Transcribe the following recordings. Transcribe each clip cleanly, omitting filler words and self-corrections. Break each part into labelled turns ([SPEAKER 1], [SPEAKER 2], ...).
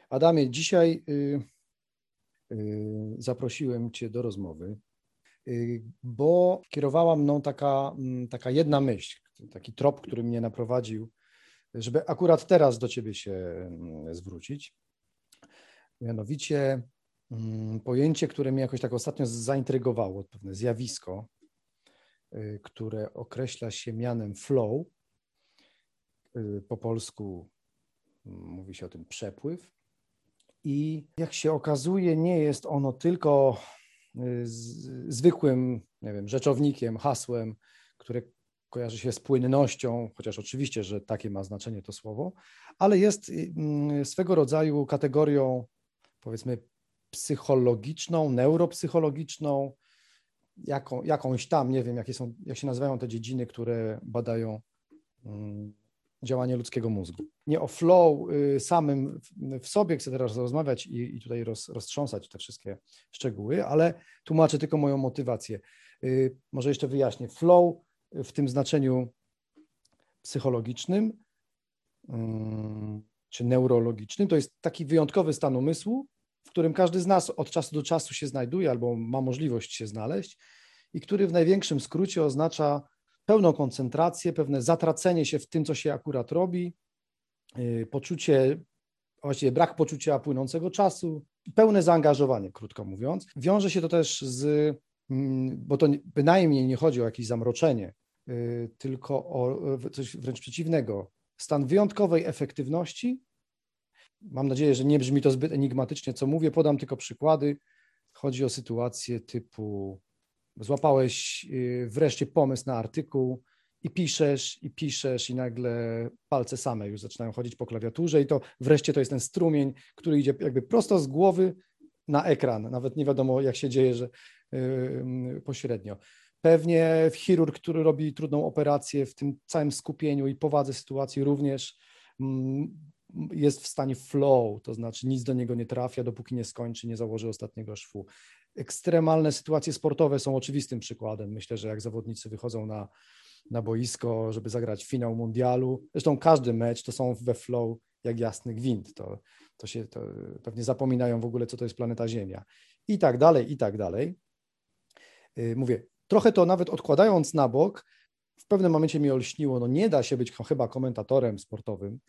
[SPEAKER 1] Adamie, dzisiaj zaprosiłem Cię do rozmowy, bo kierowała mną taka jedna myśl, taki trop, który mnie naprowadził, żeby akurat teraz do Ciebie się zwrócić. Mianowicie pojęcie, które mnie jakoś tak ostatnio zaintrygowało, pewne zjawisko, które określa się mianem flow. Po polsku mówi się o tym przepływ. I jak się okazuje, nie jest ono tylko zwykłym, nie wiem, rzeczownikiem, hasłem, które kojarzy się z płynnością, chociaż oczywiście, że takie ma znaczenie to słowo, ale jest swego rodzaju kategorią, powiedzmy, psychologiczną, neuropsychologiczną, jakąś tam, nie wiem, jak się nazywają te dziedziny, które badają działanie ludzkiego mózgu. Nie o flow samym w sobie chcę teraz rozmawiać i tutaj roztrząsać te wszystkie szczegóły, ale tłumaczę tylko moją motywację. Może jeszcze wyjaśnię. Flow w tym znaczeniu psychologicznym czy neurologicznym to jest taki wyjątkowy stan umysłu, w którym każdy z nas od czasu do czasu się znajduje albo ma możliwość się znaleźć i który w największym skrócie oznacza pełną koncentrację, pewne zatracenie się w tym, co się akurat robi, poczucie, właściwie brak poczucia płynącego czasu, pełne zaangażowanie, krótko mówiąc. Wiąże się to też bo to bynajmniej nie chodzi o jakieś zamroczenie, tylko o coś wręcz przeciwnego, stan wyjątkowej efektywności. Mam nadzieję, że nie brzmi to zbyt enigmatycznie, co mówię, podam tylko przykłady. Chodzi o sytuację typu złapałeś wreszcie pomysł na artykuł i piszesz i nagle palce same już zaczynają chodzić po klawiaturze i to wreszcie to jest ten strumień, który idzie jakby prosto z głowy na ekran. Nawet nie wiadomo, jak się dzieje, że pośrednio. Pewnie chirurg, który robi trudną operację w tym całym skupieniu i powadze sytuacji również jest w stanie flow, to znaczy nic do niego nie trafia, dopóki nie skończy, nie założy ostatniego szwu. Ekstremalne sytuacje sportowe są oczywistym przykładem. Myślę, że jak zawodnicy wychodzą na boisko, żeby zagrać finał mundialu, zresztą każdy mecz to są we flow jak jasny gwint. To pewnie zapominają w ogóle, co to jest planeta Ziemia. I tak dalej, i tak dalej. Mówię, trochę to nawet odkładając na bok, w pewnym momencie mi olśniło, no nie da się być chyba komentatorem sportowym,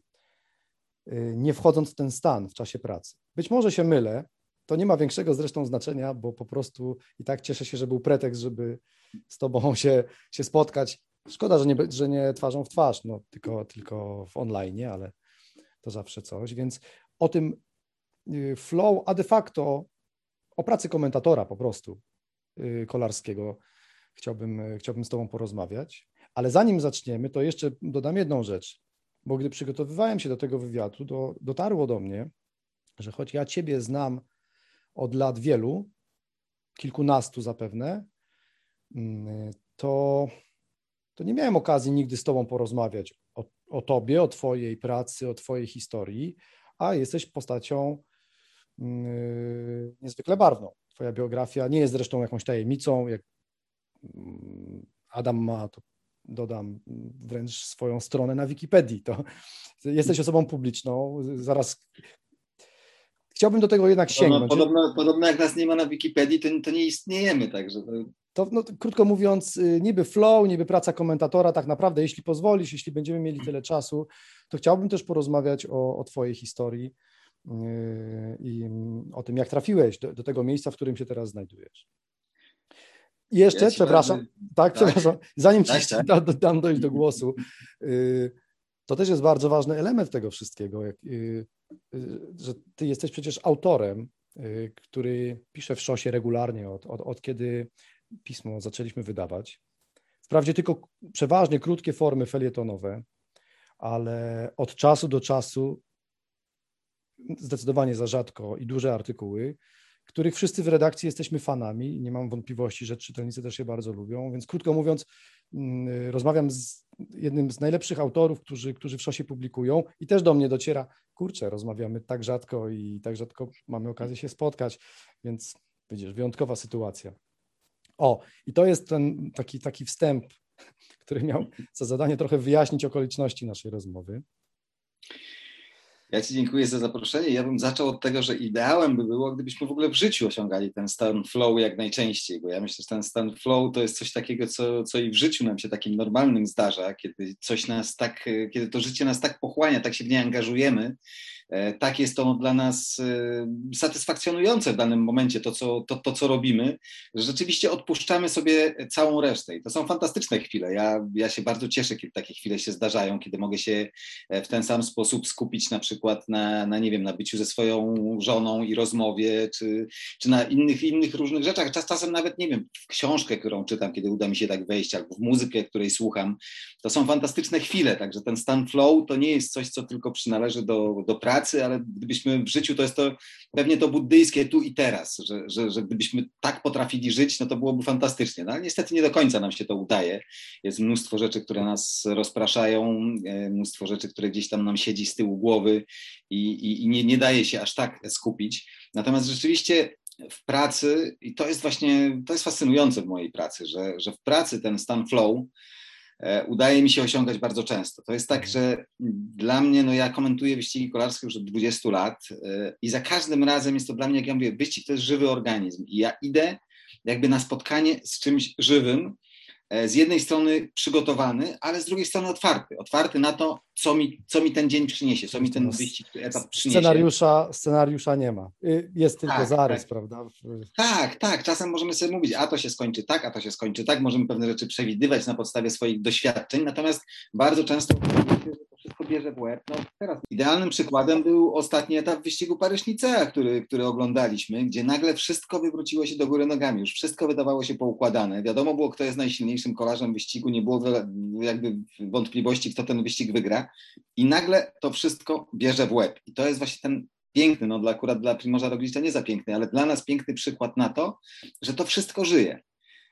[SPEAKER 1] nie wchodząc w ten stan w czasie pracy. Być może się mylę, to nie ma większego zresztą znaczenia, bo po prostu i tak cieszę się, że był pretekst, żeby z Tobą się spotkać. Szkoda, że nie twarzą w twarz, no, tylko w online, ale to zawsze coś. Więc o tym flow, a de facto o pracy komentatora po prostu kolarskiego chciałbym z Tobą porozmawiać. Ale zanim zaczniemy, to jeszcze dodam jedną rzecz, bo gdy przygotowywałem się do tego wywiadu, dotarło do mnie, że choć ja Ciebie znam od lat wielu, kilkunastu zapewne, to nie miałem okazji nigdy z Tobą porozmawiać o Tobie, o Twojej pracy, o Twojej historii, a jesteś postacią niezwykle barwną. Twoja biografia nie jest zresztą jakąś tajemnicą, jak Adam ma, to dodam, wręcz swoją stronę na Wikipedii. To jesteś osobą publiczną, zaraz chciałbym do tego jednak sięgnąć.
[SPEAKER 2] Podobno jak nas nie ma na Wikipedii, to nie istniejemy, także
[SPEAKER 1] no, krótko mówiąc, niby flow, niby praca komentatora, tak naprawdę, jeśli pozwolisz, jeśli będziemy mieli tyle czasu, to chciałbym też porozmawiać o Twojej historii i o tym, jak trafiłeś do tego miejsca, w którym się teraz znajdujesz. I jeszcze, przepraszam, zanim Ci dam dojść do głosu, to też jest bardzo ważny element tego wszystkiego, że Ty jesteś przecież autorem, który pisze w Szosie regularnie od kiedy pismo zaczęliśmy wydawać. Wprawdzie tylko przeważnie krótkie formy felietonowe, ale od czasu do czasu zdecydowanie za rzadko i duże artykuły, których wszyscy w redakcji jesteśmy fanami i nie mam wątpliwości, że czytelnicy też je bardzo lubią, więc krótko mówiąc rozmawiam z jednym z najlepszych autorów, którzy w Szosie publikują i też do mnie dociera, kurczę, rozmawiamy tak rzadko i tak rzadko mamy okazję się spotkać, więc widzisz, wyjątkowa sytuacja. I to jest ten taki wstęp, który miał za zadanie trochę wyjaśnić okoliczności naszej rozmowy.
[SPEAKER 2] Ja Ci dziękuję za zaproszenie. Ja bym zaczął od tego, że ideałem by było, gdybyśmy w ogóle w życiu osiągali ten stan flow jak najczęściej, bo ja myślę, że ten stan flow to jest coś takiego, co i w życiu nam się takim normalnym zdarza, kiedy coś nas tak, kiedy to życie nas tak pochłania, tak się w nie angażujemy, tak jest to dla nas satysfakcjonujące w danym momencie, to, co robimy, że rzeczywiście odpuszczamy sobie całą resztę. I to są fantastyczne chwile. Ja się bardzo cieszę, kiedy takie chwile się zdarzają, kiedy mogę się w ten sam sposób skupić na przykład nie wiem, na byciu ze swoją żoną i rozmowie, czy na innych różnych rzeczach. Czasem nawet, nie wiem, w książkę, którą czytam, kiedy uda mi się tak wejść, albo w muzykę, której słucham. To są fantastyczne chwile, także ten stan flow to nie jest coś, co tylko przynależy do pracy, ale gdybyśmy w życiu, to jest to pewnie to buddyjskie tu i teraz, że gdybyśmy tak potrafili żyć, no to byłoby fantastycznie. No ale niestety nie do końca nam się to udaje. Jest mnóstwo rzeczy, które nas rozpraszają, mnóstwo rzeczy, które gdzieś tam nam siedzi z tyłu głowy i nie daje się aż tak skupić. Natomiast rzeczywiście w pracy, i to jest fascynujące w mojej pracy, że w pracy ten stan flow udaje mi się osiągać bardzo często. To jest tak, że dla mnie, no ja komentuję wyścigi kolarskie już od 20 lat i za każdym razem jest to dla mnie, jak ja mówię, wyścig to jest żywy organizm i ja idę jakby na spotkanie z czymś żywym, z jednej strony przygotowany, ale z drugiej strony otwarty na to, co mi ten dzień przyniesie, co mi ten wyścig, etap przyniesie.
[SPEAKER 1] Scenariusza nie ma. Jest tylko zarys,
[SPEAKER 2] tak.
[SPEAKER 1] prawda?
[SPEAKER 2] Tak. Czasem możemy sobie mówić, a to się skończy tak, a to się skończy tak. Możemy pewne rzeczy przewidywać na podstawie swoich doświadczeń, natomiast bardzo często to wszystko bierze w łeb. No, teraz idealnym przykładem był ostatni etap wyścigu Paryż-Nicea, który oglądaliśmy, gdzie nagle wszystko wywróciło się do góry nogami. Już wszystko wydawało się poukładane. Wiadomo było, kto jest najsilniejszym kolarzem wyścigu. Nie było jakby wątpliwości, kto ten wyścig wygra. I nagle to wszystko bierze w łeb. I to jest właśnie ten piękny, no akurat dla Primoża Roglicza nie za piękny, ale dla nas piękny przykład na to, że to wszystko żyje.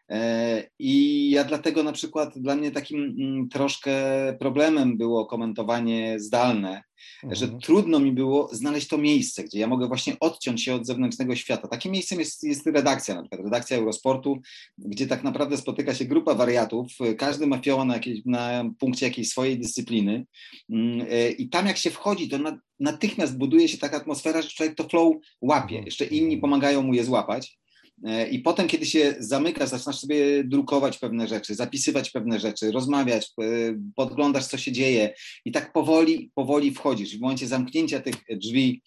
[SPEAKER 2] I ja dlatego na przykład dla mnie takim troszkę problemem było komentowanie zdalne, że trudno mi było znaleźć to miejsce, gdzie ja mogę właśnie odciąć się od zewnętrznego świata. Takim miejscem jest redakcja, na przykład redakcja Eurosportu, gdzie tak naprawdę spotyka się grupa wariatów, każdy ma fioła na punkcie jakiejś swojej dyscypliny i tam jak się wchodzi, to natychmiast buduje się taka atmosfera, że człowiek to flow łapie, jeszcze inni pomagają mu je złapać. I potem, kiedy się zamykasz, zaczynasz sobie drukować pewne rzeczy, zapisywać pewne rzeczy, rozmawiać, podglądasz, co się dzieje i tak powoli wchodzisz. W momencie zamknięcia tych drzwi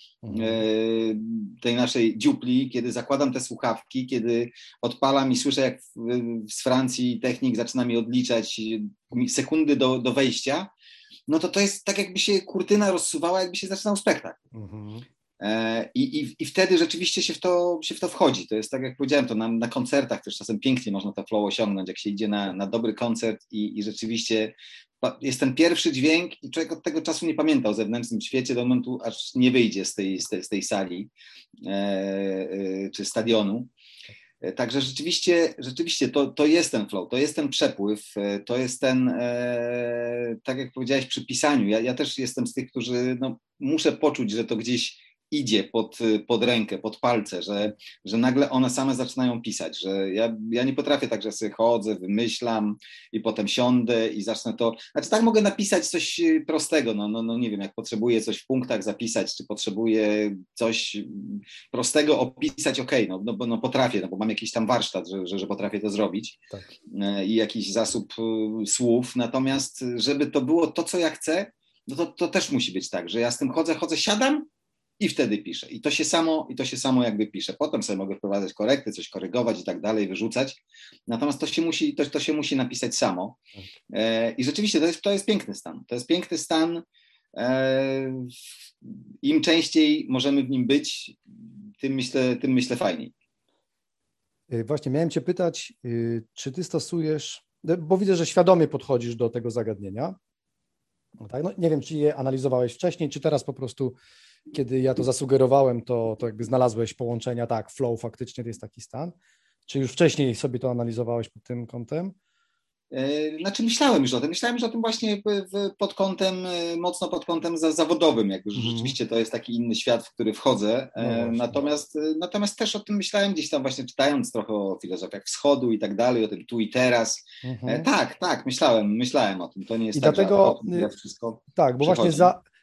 [SPEAKER 2] tej naszej dziupli, kiedy zakładam te słuchawki, kiedy odpalam i słyszę, jak z Francji technik zaczyna mi odliczać sekundy do wejścia, no to jest tak, jakby się kurtyna rozsuwała, jakby się zaczynał spektakl. I wtedy rzeczywiście się w to wchodzi. To jest tak, jak powiedziałem, to na koncertach też czasem pięknie można to flow osiągnąć, jak się idzie na dobry koncert i rzeczywiście jest ten pierwszy dźwięk i człowiek od tego czasu nie pamięta o zewnętrznym świecie do momentu, aż nie wyjdzie z tej sali czy stadionu. Także rzeczywiście to jest ten flow, to jest ten przepływ, to jest ten, tak jak powiedziałeś przy pisaniu, ja też jestem z tych, którzy muszę poczuć, że to gdzieś idzie pod rękę, pod palce, że nagle one same zaczynają pisać, że ja nie potrafię tak, że sobie chodzę, wymyślam i potem siądę i zacznę to, znaczy tak mogę napisać coś prostego, no nie wiem, jak potrzebuję coś w punktach zapisać, czy potrzebuję coś prostego opisać, okej, no potrafię, bo mam jakiś tam warsztat, że potrafię to zrobić tak. I jakiś zasób słów, natomiast żeby to było to, co ja chcę, no to też musi być tak, że ja z tym chodzę, siadam i wtedy piszę. I to się samo jakby pisze. Potem sobie mogę wprowadzać korekty, coś korygować i tak dalej, wyrzucać. Natomiast to się musi napisać samo. I rzeczywiście to jest piękny stan. To jest piękny stan. Im częściej możemy w nim być, tym myślę fajniej.
[SPEAKER 1] Właśnie miałem Cię pytać, czy Ty stosujesz, bo widzę, że świadomie podchodzisz do tego zagadnienia. Tak? No, nie wiem, czy je analizowałeś wcześniej, czy teraz po prostu kiedy ja to zasugerowałem, to jakby znalazłeś połączenia, tak, flow faktycznie to jest taki stan. Czy już wcześniej sobie to analizowałeś pod tym kątem?
[SPEAKER 2] Znaczy myślałem już o tym właśnie mocno pod kątem zawodowym, jakby rzeczywiście to jest taki inny świat, w który wchodzę, natomiast też o tym myślałem gdzieś tam właśnie czytając trochę o filozofiach wschodu i tak dalej, o tym tu i teraz. Tak, myślałem o tym, to nie jest
[SPEAKER 1] i
[SPEAKER 2] tak,
[SPEAKER 1] dlatego,
[SPEAKER 2] że wszystko
[SPEAKER 1] tak, bo
[SPEAKER 2] przychodzi.
[SPEAKER 1] właśnie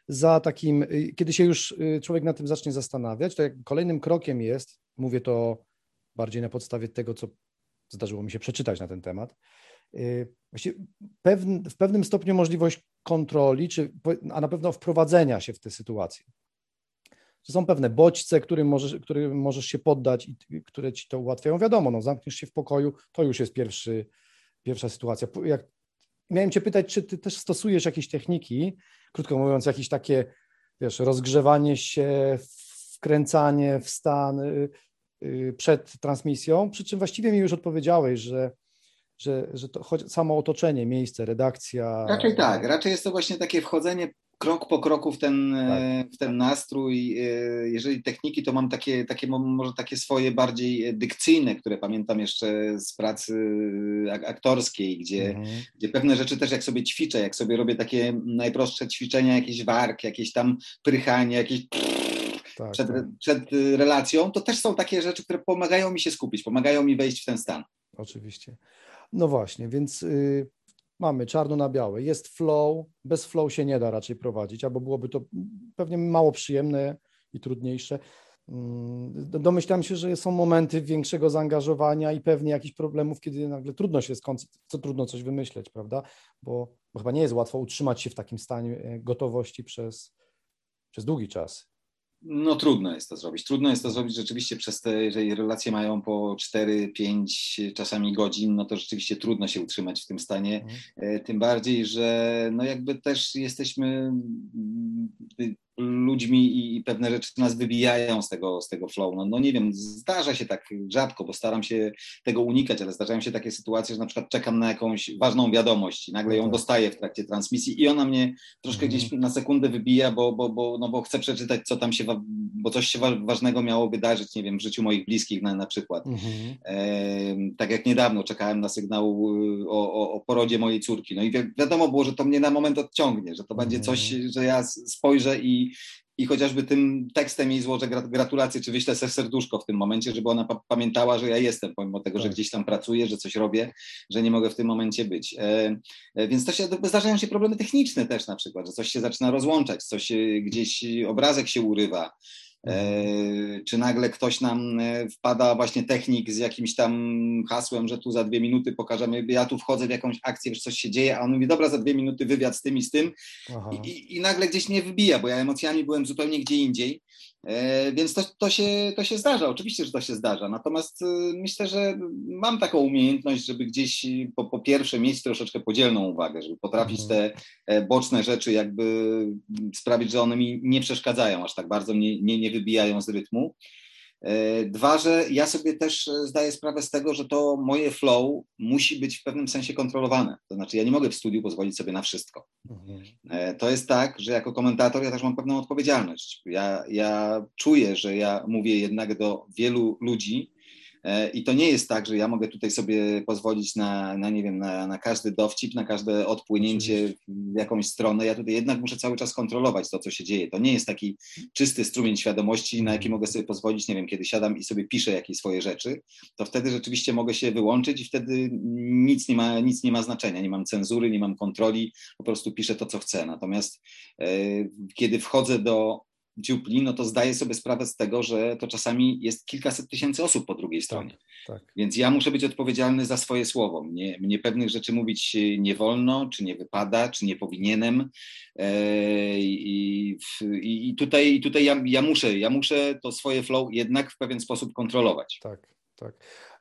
[SPEAKER 1] za takim, kiedy się już człowiek nad tym zacznie zastanawiać, to jak kolejnym krokiem jest, mówię to bardziej na podstawie tego, co zdarzyło mi się przeczytać na ten temat, właściwie w pewnym stopniu możliwość kontroli, a na pewno wprowadzenia się w tę sytuację. Że są pewne bodźce, którym możesz się poddać i które ci to ułatwiają. Wiadomo, no, zamkniesz się w pokoju, to już jest pierwsza sytuacja. Miałem cię pytać, czy ty też stosujesz jakieś techniki, krótko mówiąc, jakieś takie, wiesz, rozgrzewanie się, wkręcanie w stan przed transmisją, przy czym właściwie mi już odpowiedziałeś, że to choć samo otoczenie, miejsce, redakcja.
[SPEAKER 2] Raczej tak, raczej jest to właśnie takie wchodzenie krok po kroku w ten nastrój. Jeżeli techniki, to mam może takie swoje bardziej dykcyjne, które pamiętam jeszcze z pracy aktorskiej, gdzie pewne rzeczy też jak sobie ćwiczę, jak sobie robię takie najprostsze ćwiczenia, jakieś warg, jakieś tam prychanie, jakieś przed relacją, to też są takie rzeczy, które pomagają mi się skupić, pomagają mi wejść w ten stan.
[SPEAKER 1] Oczywiście. No właśnie, więc mamy czarno na białe. Jest flow, bez flow się nie da raczej prowadzić, albo byłoby to pewnie mało przyjemne i trudniejsze. Domyślam się, że są momenty większego zaangażowania i pewnie jakichś problemów, kiedy nagle trudno coś wymyśleć, prawda? Bo chyba nie jest łatwo utrzymać się w takim stanie gotowości przez długi czas.
[SPEAKER 2] No trudno jest to zrobić. Trudno jest to zrobić rzeczywiście przez te, jeżeli relacje mają po 4-5 czasami godzin, no to rzeczywiście trudno się utrzymać w tym stanie. Tym bardziej, że no jakby też jesteśmy ludźmi i pewne rzeczy nas wybijają z tego flow. No nie wiem, zdarza się tak rzadko, bo staram się tego unikać, ale zdarzają się takie sytuacje, że na przykład czekam na jakąś ważną wiadomość i nagle ją dostaję w trakcie transmisji i ona mnie troszkę gdzieś na sekundę wybija, bo chcę przeczytać, co tam się, bo coś się ważnego miało wydarzyć, nie wiem, w życiu moich bliskich na przykład. Tak jak niedawno czekałem na sygnał o porodzie mojej córki. No i wiadomo było, że to mnie na moment odciągnie, że to będzie coś, że ja spojrzę i chociażby tym tekstem jej złożę gratulacje, czy wyślę serduszko w tym momencie, żeby ona pamiętała, że ja jestem, pomimo tego, że gdzieś tam pracuję, że coś robię, że nie mogę w tym momencie być. Więc to zdarzają się problemy techniczne też na przykład, że coś się zaczyna rozłączać, gdzieś obrazek się urywa, czy nagle ktoś nam wpada, właśnie technik z jakimś tam hasłem, że tu za 2 minuty pokażemy, ja tu wchodzę w jakąś akcję, że coś się dzieje, a on mówi, dobra, za 2 minuty wywiad z tym i z tym i nagle gdzieś mnie wybija, bo ja emocjami byłem zupełnie gdzie indziej, więc to się zdarza, oczywiście, że to się zdarza, natomiast myślę, że mam taką umiejętność, żeby gdzieś po pierwsze mieć troszeczkę podzielną uwagę, żeby potrafić te boczne rzeczy jakby sprawić, że one mi nie przeszkadzają aż tak bardzo, nie wybijają z rytmu. 2, że ja sobie też zdaję sprawę z tego, że to moje flow musi być w pewnym sensie kontrolowane. To znaczy ja nie mogę w studiu pozwolić sobie na wszystko. To jest tak, że jako komentator ja też mam pewną odpowiedzialność. Ja czuję, że ja mówię jednak do wielu ludzi i to nie jest tak, że ja mogę tutaj sobie pozwolić nie wiem, na każdy dowcip, na każde odpłynięcie w jakąś stronę. Ja tutaj jednak muszę cały czas kontrolować to, co się dzieje. To nie jest taki czysty strumień świadomości, na jaki mogę sobie pozwolić, nie wiem, kiedy siadam i sobie piszę jakieś swoje rzeczy, to wtedy rzeczywiście mogę się wyłączyć i wtedy nic nie ma znaczenia. Nie mam cenzury, nie mam kontroli, po prostu piszę to, co chcę. Natomiast kiedy wchodzę do dziupli, no to zdaję sobie sprawę z tego, że to czasami jest kilkaset tysięcy osób po drugiej stronie.
[SPEAKER 1] Tak.
[SPEAKER 2] Więc ja muszę być odpowiedzialny za swoje słowo. Mnie pewnych rzeczy mówić nie wolno, czy nie wypada, czy nie powinienem. I tutaj ja muszę to swoje flow jednak w pewien sposób kontrolować.
[SPEAKER 1] Tak.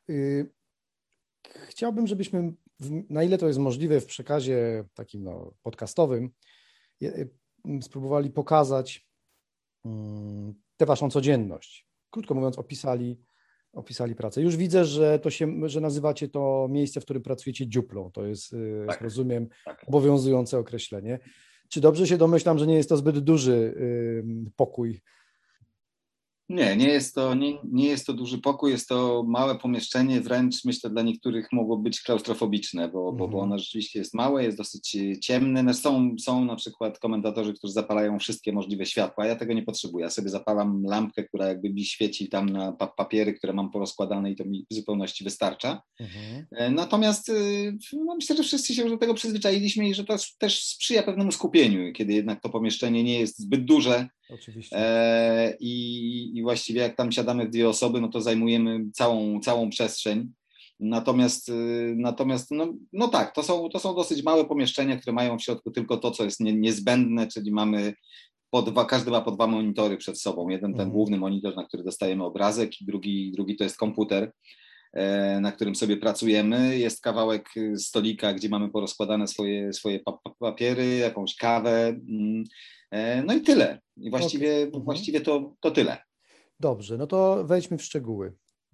[SPEAKER 1] Chciałbym, żebyśmy, na ile to jest możliwe w przekazie takim podcastowym, spróbowali pokazać tę waszą codzienność. Krótko mówiąc, opisali pracę. Już widzę, że nazywacie to miejsce, w którym pracujecie, dziuplą. To jest, jak rozumiem, obowiązujące określenie. Czy dobrze się domyślam, że nie jest to zbyt duży pokój?
[SPEAKER 2] Nie jest to duży pokój, jest to małe pomieszczenie, wręcz myślę dla niektórych mogło być klaustrofobiczne, bo ono rzeczywiście jest małe, jest dosyć ciemne. No są na przykład komentatorzy, którzy zapalają wszystkie możliwe światła, ja tego nie potrzebuję, ja sobie zapalam lampkę, która jakby mi świeci tam na papiery, które mam porozkładane i to mi w zupełności wystarcza. Natomiast no myślę, że wszyscy się już do tego przyzwyczailiśmy i że to też sprzyja pewnemu skupieniu, kiedy jednak to pomieszczenie nie jest zbyt duże.
[SPEAKER 1] Oczywiście.
[SPEAKER 2] I właściwie jak tam siadamy w dwie osoby, no to zajmujemy całą przestrzeń. Natomiast no tak, to są dosyć małe pomieszczenia, które mają w środku tylko to, co jest niezbędne, czyli mamy każdy ma po 2 monitory przed sobą. Jeden ten główny monitor, na który dostajemy obrazek, i drugi to jest komputer, na którym sobie pracujemy. Jest kawałek stolika, gdzie mamy porozkładane swoje papiery, jakąś kawę. No i tyle. I właściwie to tyle.
[SPEAKER 1] Dobrze, no to wejdźmy w szczegóły.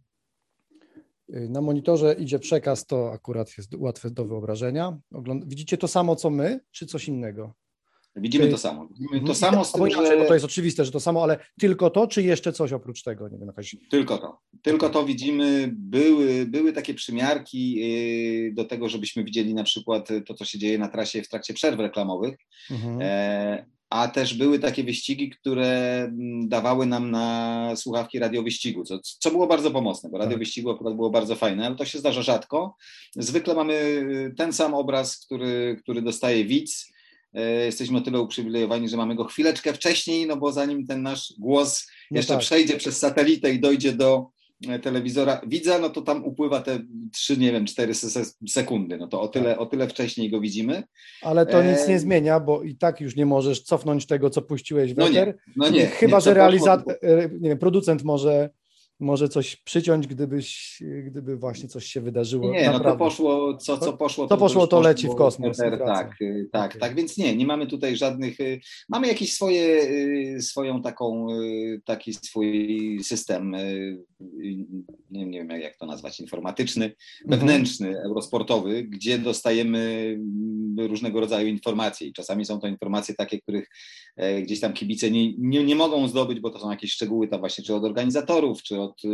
[SPEAKER 1] Na monitorze idzie przekaz, to akurat jest łatwe do wyobrażenia. Widzicie to samo, co my, czy coś innego?
[SPEAKER 2] Widzimy to samo. Widzimy to samo z tym,
[SPEAKER 1] inaczej, bo to jest oczywiste, że to samo, ale tylko to, czy jeszcze coś oprócz tego? Nie wiem, jakaś...
[SPEAKER 2] Tylko to widzimy. Były takie przymiarki do tego, żebyśmy widzieli na przykład to, co się dzieje na trasie w trakcie przerw reklamowych. A też były takie wyścigi, które dawały nam na słuchawki radiowyścigu, co było bardzo pomocne, bo radiowyścigu akurat było bardzo fajne, ale to się zdarza rzadko. Zwykle mamy ten sam obraz, który dostaje widz. Jesteśmy o tyle uprzywilejowani, że mamy go chwileczkę wcześniej, no bo zanim ten nasz głos jeszcze przejdzie przez satelitę i dojdzie do telewizora widza, no to tam upływa te 4 sekundy, no to o tyle wcześniej go widzimy.
[SPEAKER 1] Ale to nic nie zmienia, bo i tak już nie możesz cofnąć tego, co puściłeś w eter.
[SPEAKER 2] Chyba
[SPEAKER 1] że producent może coś przyciąć, gdyby właśnie coś się wydarzyło.
[SPEAKER 2] Nie, naprawdę. No to poszło, co poszło,
[SPEAKER 1] to leci w kosmos.
[SPEAKER 2] Tak, więc nie mamy tutaj żadnych, mamy jakiś taki swój system, nie wiem jak to nazwać, informatyczny, wewnętrzny, eurosportowy, gdzie dostajemy różnego rodzaju informacje i czasami są to informacje takie, których gdzieś tam kibice nie mogą zdobyć, bo to są jakieś szczegóły tam właśnie, czy od organizatorów, czy od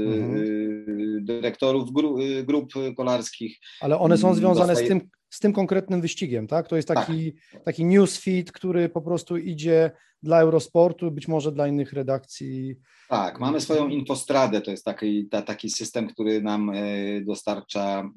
[SPEAKER 2] dyrektorów grup kolarskich.
[SPEAKER 1] Ale one są związane z tym konkretnym wyścigiem, tak? To jest taki newsfeed, który po prostu idzie dla Eurosportu, być może dla innych redakcji.
[SPEAKER 2] Tak, mamy swoją infostradę, to jest taki system, który nam dostarcza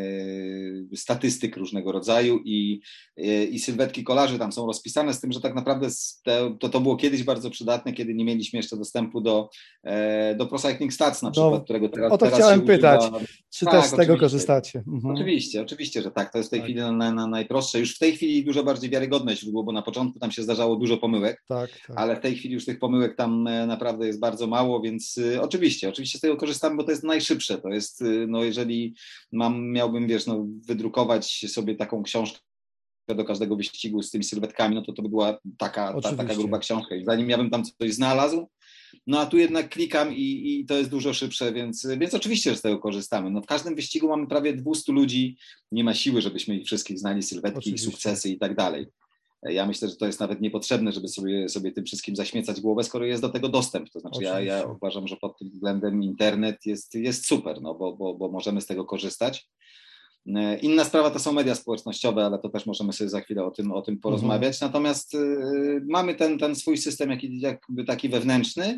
[SPEAKER 2] statystyk różnego rodzaju i sylwetki kolarzy tam są rozpisane, z tym, że tak naprawdę to było kiedyś bardzo przydatne, kiedy nie mieliśmy jeszcze dostępu do Pro Cycling Stats na przykład, którego teraz
[SPEAKER 1] o to chciałem pytać, czy też z tego korzystacie?
[SPEAKER 2] Oczywiście, że tak, to jest w tej chwili najprostsze, już w tej chwili dużo bardziej wiarygodne źródło, bo na początku tam się zdarzało dużo pomyłek, ale w tej chwili już tych pomyłek tam naprawdę jest bardzo mało, więc oczywiście z tego korzystamy, bo to jest najszybsze. To jest, no jeżeli miałbym, wydrukować sobie taką książkę do każdego wyścigu z tymi sylwetkami, no to by była taka gruba książka i zanim ja bym tam coś znalazł, no a tu jednak klikam i to jest dużo szybsze, więc oczywiście, że z tego korzystamy. No w każdym wyścigu mamy prawie 200 ludzi, nie ma siły, żebyśmy ich wszystkich znali, sylwetki, ich sukcesy i tak dalej. Ja myślę, że to jest nawet niepotrzebne, żeby sobie tym wszystkim zaśmiecać głowę, skoro jest do tego dostęp. To znaczy ja uważam, że pod tym względem internet jest super, no bo możemy z tego korzystać. Inna sprawa to są media społecznościowe, ale to też możemy sobie za chwilę o tym porozmawiać. Natomiast mamy ten swój system jakby taki wewnętrzny.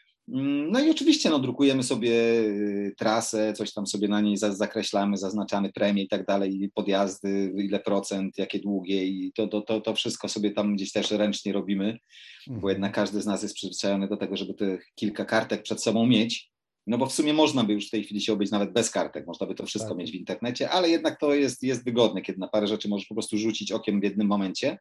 [SPEAKER 2] No i oczywiście drukujemy sobie trasę, coś tam sobie na niej zakreślamy, zaznaczamy premie i tak dalej, podjazdy, ile procent, jakie długie i to wszystko sobie tam gdzieś też ręcznie robimy, bo jednak każdy z nas jest przyzwyczajony do tego, żeby te kilka kartek przed sobą mieć, no bo w sumie można by już w tej chwili się obejść nawet bez kartek, można by to wszystko mieć w internecie, ale jednak to jest wygodne, kiedy na parę rzeczy możesz po prostu rzucić okiem w jednym momencie.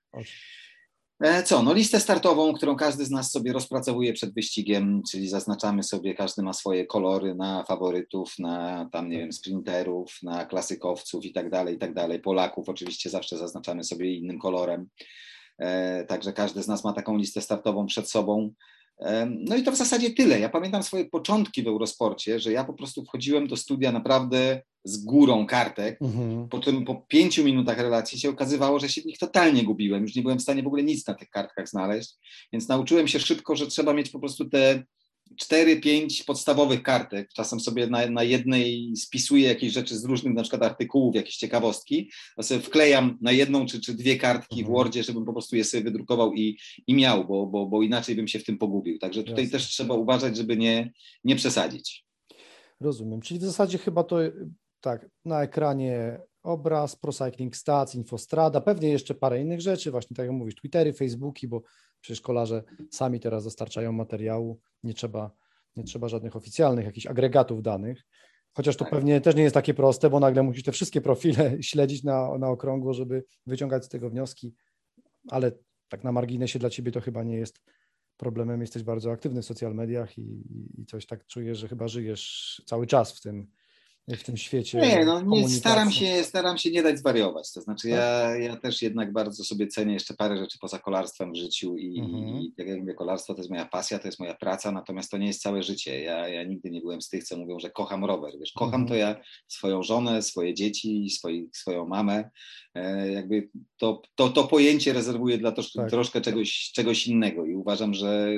[SPEAKER 2] Listę startową, którą każdy z nas sobie rozpracowuje przed wyścigiem, czyli zaznaczamy sobie, każdy ma swoje kolory na faworytów, na tam, nie wiem, sprinterów, na klasykowców i tak dalej. Polaków oczywiście zawsze zaznaczamy sobie innym kolorem. Także każdy z nas ma taką listę startową przed sobą. No i to w zasadzie tyle. Ja pamiętam swoje początki w Eurosporcie, że ja po prostu wchodziłem do studia naprawdę z górą kartek. Potem po 5 minutach relacji się okazywało, że się w nich totalnie gubiłem. Już nie byłem w stanie w ogóle nic na tych kartkach znaleźć, więc nauczyłem się szybko, że trzeba mieć po prostu te 4-5 podstawowych kartek. Czasem sobie na jednej spisuję jakieś rzeczy z różnych na przykład artykułów, jakieś ciekawostki, a sobie wklejam na jedną czy dwie kartki w Wordzie, żebym po prostu je sobie wydrukował i miał, bo inaczej bym się w tym pogubił. Także tutaj też trzeba uważać, żeby nie przesadzić.
[SPEAKER 1] Rozumiem. Czyli w zasadzie chyba to tak, na ekranie obraz, ProCycling Stats, Infostrada, pewnie jeszcze parę innych rzeczy, właśnie tak jak mówisz, Twittery, Facebooki, bo przecież kolarze sami teraz dostarczają materiału, nie trzeba żadnych oficjalnych jakichś agregatów danych, chociaż to pewnie też nie jest takie proste, bo nagle musisz te wszystkie profile śledzić na okrągło, żeby wyciągać z tego wnioski, ale tak na marginesie dla ciebie to chyba nie jest problemem, jesteś bardzo aktywny w social mediach i coś tak czujesz, że chyba żyjesz cały czas w tym świecie.
[SPEAKER 2] Nie, staram się nie dać zwariować. To znaczy ja też jednak bardzo sobie cenię jeszcze parę rzeczy poza kolarstwem w życiu i tak jak mówię, kolarstwo to jest moja pasja, to jest moja praca, natomiast to nie jest całe życie. Ja nigdy nie byłem z tych, co mówią, że kocham rower. Wiesz, kocham to ja swoją żonę, swoje dzieci, swoją mamę. Jakby to pojęcie rezerwuję dla troszkę czegoś innego i uważam, że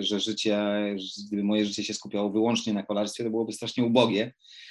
[SPEAKER 2] gdyby moje życie się skupiało wyłącznie na kolarstwie, to byłoby strasznie ubogie.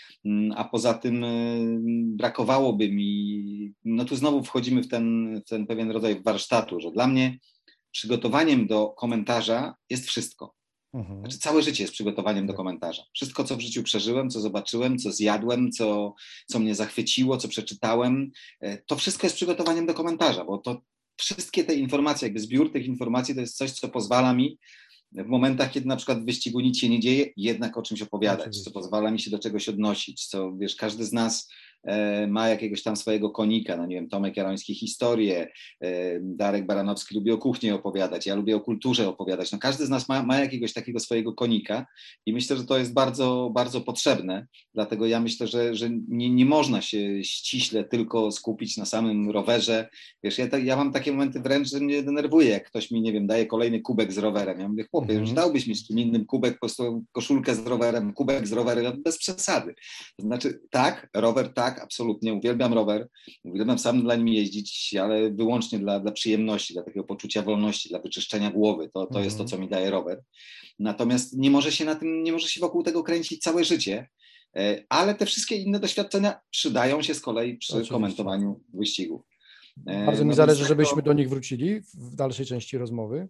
[SPEAKER 2] A poza tym brakowałoby mi, no tu znowu wchodzimy w ten pewien rodzaj warsztatu, że dla mnie przygotowaniem do komentarza jest wszystko. Znaczy całe życie jest przygotowaniem do komentarza. Wszystko, co w życiu przeżyłem, co zobaczyłem, co zjadłem, co mnie zachwyciło, co przeczytałem, to wszystko jest przygotowaniem do komentarza, bo to wszystkie te informacje, jakby zbiór tych informacji to jest coś, co pozwala mi w momentach, kiedy na przykład w wyścigu nic się nie dzieje, jednak o czymś opowiadać, co pozwala mi się do czegoś odnosić, co wiesz, każdy z nas ma jakiegoś tam swojego konika, no nie wiem, Tomek Jaroński historię, Darek Baranowski lubi o kuchni opowiadać, ja lubię o kulturze opowiadać, no każdy z nas ma jakiegoś takiego swojego konika i myślę, że to jest bardzo, bardzo potrzebne, dlatego ja myślę, że nie można się ściśle tylko skupić na samym rowerze, wiesz, ja mam takie momenty wręcz, że mnie denerwuje, jak ktoś mi, nie wiem, daje kolejny kubek z rowerem, ja mówię, chłopie, już dałbyś mi z kim innym kubek, po prostu koszulkę z rowerem, kubek z rowerem, bez przesady, to znaczy tak, rower tak, absolutnie, uwielbiam rower, uwielbiam sam dla nim jeździć, ale wyłącznie dla przyjemności, dla takiego poczucia wolności, dla wyczyszczenia głowy, to jest to, co mi daje rower. Natomiast nie może się wokół tego kręcić całe życie, ale te wszystkie inne doświadczenia przydają się z kolei przy komentowaniu wyścigów.
[SPEAKER 1] Bardzo mi zależy, żebyśmy do nich wrócili w dalszej części rozmowy,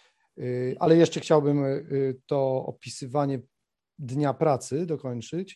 [SPEAKER 1] ale jeszcze chciałbym to opisywanie dnia pracy dokończyć.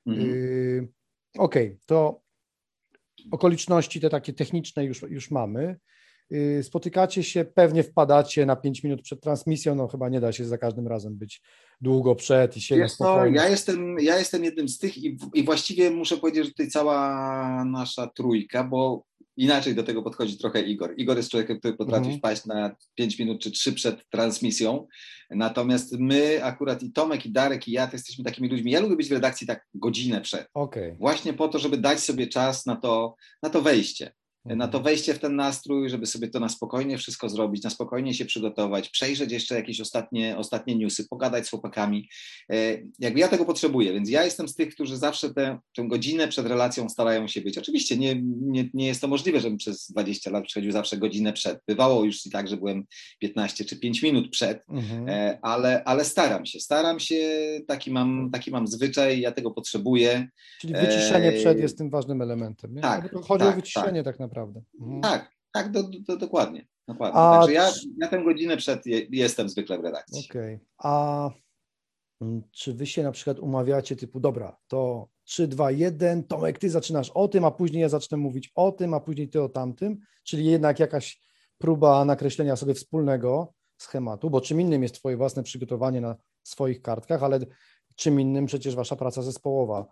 [SPEAKER 1] Okej, to okoliczności te takie techniczne już mamy. Spotykacie się, pewnie wpadacie na 5 minut przed transmisją, no chyba nie da się za każdym razem być długo przed i się spokojnie.
[SPEAKER 2] Ja jestem jednym z tych i właściwie muszę powiedzieć, że tutaj cała nasza trójka, bo inaczej do tego podchodzi trochę Igor. Igor jest człowiekiem, który potrafi wpaść na 5 minut czy 3 przed transmisją, natomiast my akurat i Tomek, i Darek, i ja to jesteśmy takimi ludźmi. Ja lubię być w redakcji tak godzinę przed. Właśnie po to, żeby dać sobie czas na to wejście. Na to wejście w ten nastrój, żeby sobie to na spokojnie wszystko zrobić, na spokojnie się przygotować, przejrzeć jeszcze jakieś ostatnie newsy, pogadać z chłopakami. Jakby ja tego potrzebuję, więc ja jestem z tych, którzy zawsze tę godzinę przed relacją starają się być. Oczywiście nie jest to możliwe, żebym przez 20 lat przychodził zawsze godzinę przed. Bywało już i tak, że byłem 15 czy 5 minut przed, ale staram się, taki mam zwyczaj, ja tego potrzebuję.
[SPEAKER 1] Czyli wyciszenie przed jest tym ważnym elementem. Nie?
[SPEAKER 2] Tak,
[SPEAKER 1] chodzi o wyciszenie tak naprawdę.
[SPEAKER 2] Tak, dokładnie. Także ja tę godzinę przed jestem zwykle w redakcji.
[SPEAKER 1] Okej. A czy wy się na przykład umawiacie typu, dobra, to 3, 2, 1, Tomek, ty zaczynasz o tym, a później ja zacznę mówić o tym, a później ty o tamtym, czyli jednak jakaś próba nakreślenia sobie wspólnego schematu, bo czym innym jest twoje własne przygotowanie na swoich kartkach, ale czym innym przecież wasza praca zespołowa.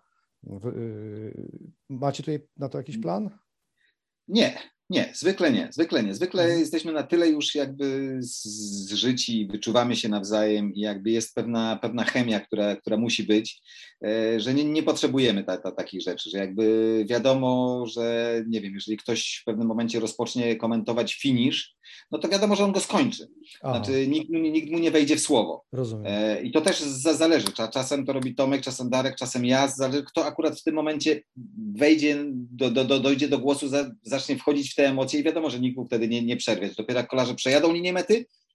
[SPEAKER 1] Macie tutaj na to jakiś plan?
[SPEAKER 2] Nie, zwykle nie. Zwykle jesteśmy na tyle już jakby zżyci, wyczuwamy się nawzajem i jakby jest pewna chemia, która musi być, że nie potrzebujemy takich rzeczy, że jakby wiadomo, że nie wiem, jeżeli ktoś w pewnym momencie rozpocznie komentować finish, no to wiadomo, że on go skończy. Znaczy nikt mu nie wejdzie w słowo.
[SPEAKER 1] Rozumiem.
[SPEAKER 2] I to też zależy. Czasem to robi Tomek, czasem Darek, czasem ja. Zależy, kto akurat w tym momencie wejdzie, dojdzie do głosu, zacznie wchodzić w te emocje i wiadomo, że nikt mu wtedy nie przerwie. Dopiero jak kolarze przejadą linię mety,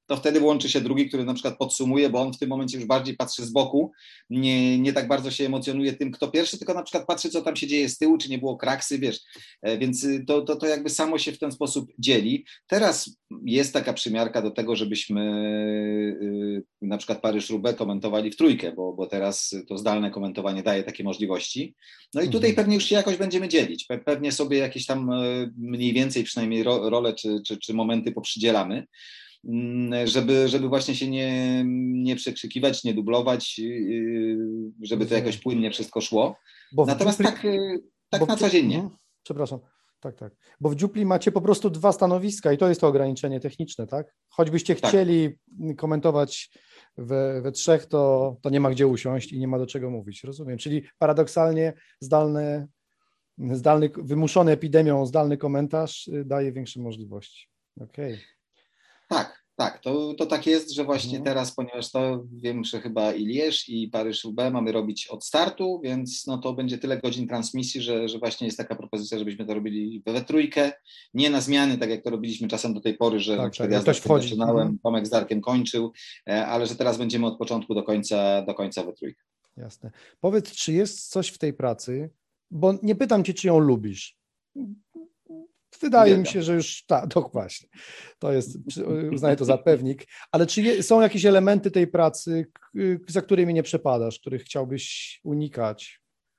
[SPEAKER 2] to wtedy łączy się drugi, który na przykład podsumuje, bo on w tym momencie już bardziej patrzy z boku, nie tak bardzo się emocjonuje tym, kto pierwszy, tylko na przykład patrzy, co tam się dzieje z tyłu, czy nie było kraksy, wiesz, więc to jakby samo się w ten sposób dzieli. Teraz jest taka przymiarka do tego, żebyśmy na przykład Paryż-Roubaix komentowali w trójkę, bo teraz to zdalne komentowanie daje takie możliwości. No i tutaj pewnie już się jakoś będziemy dzielić. Pewnie sobie jakieś tam mniej więcej przynajmniej role czy momenty poprzydzielamy, żeby właśnie się nie przekrzykiwać, nie dublować, żeby to jakoś płynnie wszystko szło. Natomiast tak na co dzień nie.
[SPEAKER 1] Przepraszam. Tak. Bo w dziupli macie po prostu 2 stanowiska i to jest to ograniczenie techniczne, tak? Choćbyście chcieli komentować we 3, to nie ma gdzie usiąść i nie ma do czego mówić, rozumiem. Czyli paradoksalnie zdalny, wymuszony epidemią zdalny komentarz daje większe możliwości. Okej.
[SPEAKER 2] Tak, to tak jest, że właśnie teraz, ponieważ to wiem, że chyba i Liège i Paryż-Roubaix mamy robić od startu, więc no to będzie tyle godzin transmisji, że właśnie jest taka propozycja, żebyśmy to robili we trójkę, nie na zmiany, tak jak to robiliśmy czasem do tej pory, że na przykład ja zaczynałem, Tomek z Darkiem kończył, ale że teraz będziemy od początku do końca we trójkę.
[SPEAKER 1] Jasne. Powiedz, czy jest coś w tej pracy, bo nie pytam cię, czy ją lubisz. Wydaje mi się, że już tak, właśnie. To jest, uznaję to za pewnik, ale czy są jakieś elementy tej pracy, za którymi nie przepadasz, których chciałbyś unikać?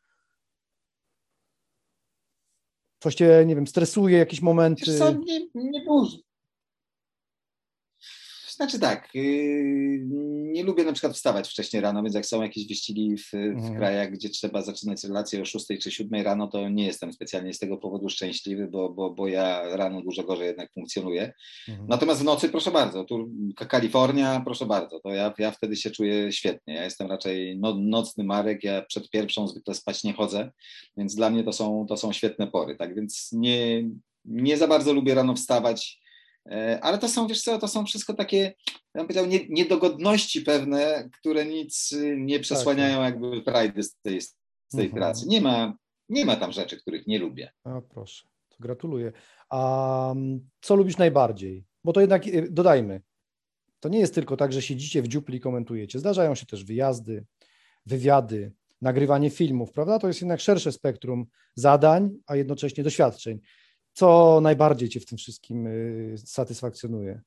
[SPEAKER 1] Coś cię, nie wiem, stresuje, jakieś momenty?
[SPEAKER 2] Wiesz co, nie dużo. Znaczy tak, nie lubię na przykład wstawać wcześnie rano, więc jak są jakieś wyścigi w krajach, gdzie trzeba zaczynać relacje o 6 czy 7 rano, to nie jestem specjalnie z tego powodu szczęśliwy, bo ja rano dużo gorzej jednak funkcjonuję. Natomiast w nocy, proszę bardzo, tu Kalifornia, proszę bardzo, to ja wtedy się czuję świetnie. Ja jestem raczej nocny Marek, ja przed pierwszą zwykle spać nie chodzę, więc dla mnie to są świetne pory, tak więc nie za bardzo lubię rano wstawać. Ale to są, wiesz co, to są wszystko takie, ja bym powiedział, niedogodności pewne, które nic nie przesłaniają jakby frajdy z tej pracy. Nie ma tam rzeczy, których nie lubię.
[SPEAKER 1] A proszę, to gratuluję. A co lubisz najbardziej? Bo to jednak, dodajmy, to nie jest tylko tak, że siedzicie w dziupli i komentujecie. Zdarzają się też wyjazdy, wywiady, nagrywanie filmów, prawda? To jest jednak szersze spektrum zadań, a jednocześnie doświadczeń. Co najbardziej cię w tym wszystkim satysfakcjonuje?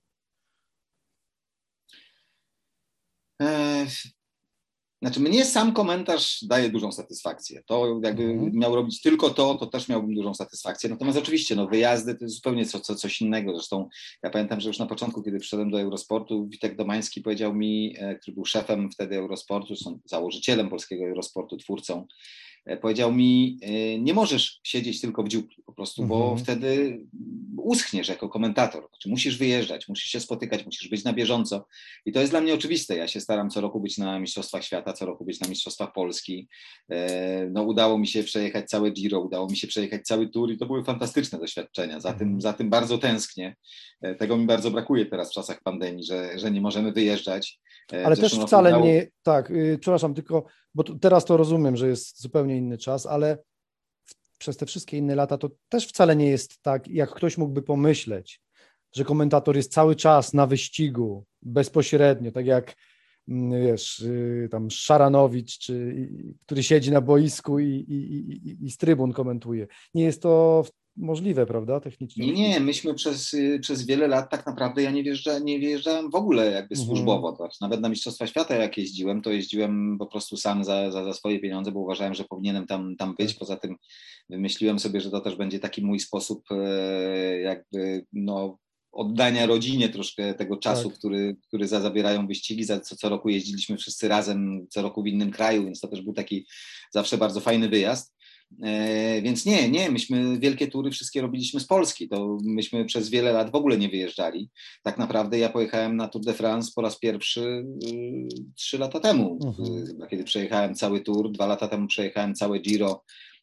[SPEAKER 2] Znaczy mnie sam komentarz daje dużą satysfakcję. To jakby miał robić tylko to też miałbym dużą satysfakcję. Natomiast oczywiście wyjazdy to jest zupełnie coś innego. Zresztą ja pamiętam, że już na początku, kiedy przyszedłem do Eurosportu, Witek Domański powiedział mi, który był szefem wtedy Eurosportu, założycielem polskiego Eurosportu, twórcą, powiedział mi, nie możesz siedzieć tylko w dziupli po prostu, bo wtedy uschniesz jako komentator. Znaczy, musisz wyjeżdżać, musisz się spotykać, musisz być na bieżąco i to jest dla mnie oczywiste. Ja się staram co roku być na Mistrzostwach Świata, co roku być na Mistrzostwach Polski. Udało mi się przejechać całe Giro, udało mi się przejechać cały Tour i to były fantastyczne doświadczenia. Za tym bardzo tęsknię. Tego mi bardzo brakuje teraz w czasach pandemii, że nie możemy wyjeżdżać.
[SPEAKER 1] Ale też wcale nie, tak, przepraszam, tylko, bo teraz to rozumiem, że jest zupełnie inny czas, ale przez te wszystkie inne lata to też wcale nie jest tak, jak ktoś mógłby pomyśleć, że komentator jest cały czas na wyścigu, bezpośrednio, tak jak wiesz, tam Szaranowicz, który siedzi na boisku i z trybun komentuje. Nie jest to możliwe, prawda, technicznie?
[SPEAKER 2] Nie, myśmy przez wiele lat tak naprawdę ja nie wjeżdżałem w ogóle jakby służbowo. To nawet na Mistrzostwa Świata jak jeździłem, to jeździłem po prostu sam za swoje pieniądze, bo uważałem, że powinienem tam być. Poza tym wymyśliłem sobie, że to też będzie taki mój sposób jakby oddania rodzinie troszkę tego czasu, który zabierają wyścigi. Co roku jeździliśmy wszyscy razem, co roku w innym kraju, więc to też był taki zawsze bardzo fajny wyjazd. Więc nie, myśmy wielkie tury wszystkie robiliśmy z Polski, to myśmy przez wiele lat w ogóle nie wyjeżdżali. Tak naprawdę ja pojechałem na Tour de France po raz pierwszy 3 lata temu, kiedy przejechałem cały Tour, 2 lata temu przejechałem całe Giro,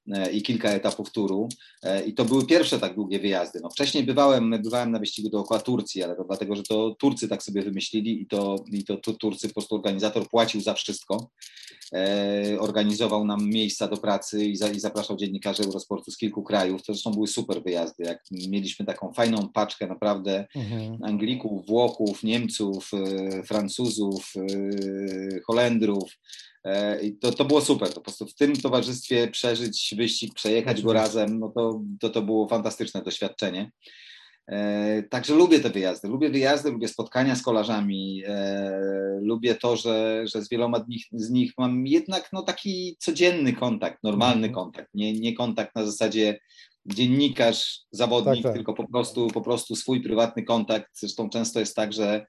[SPEAKER 2] i kilka etapów turu i to były pierwsze tak długie wyjazdy. No, wcześniej bywałem na wyścigu dookoła Turcji, ale to dlatego, że to Turcy tak sobie wymyślili i to Turcy, po prostu organizator płacił za wszystko, organizował nam miejsca do pracy i zapraszał dziennikarzy Eurosportu z kilku krajów. To zresztą były super wyjazdy, jak mieliśmy taką fajną paczkę naprawdę Anglików, Włochów, Niemców, Francuzów, Holendrów. I to było super, to po prostu w tym towarzystwie przeżyć wyścig, przejechać go razem, no to było fantastyczne doświadczenie. Także lubię te wyjazdy, lubię spotkania z kolarzami, lubię to, że z wieloma z nich mam jednak no, taki codzienny kontakt, normalny kontakt, nie kontakt na zasadzie dziennikarz, zawodnik, tak. Tylko po prostu swój prywatny kontakt. Zresztą często jest tak, że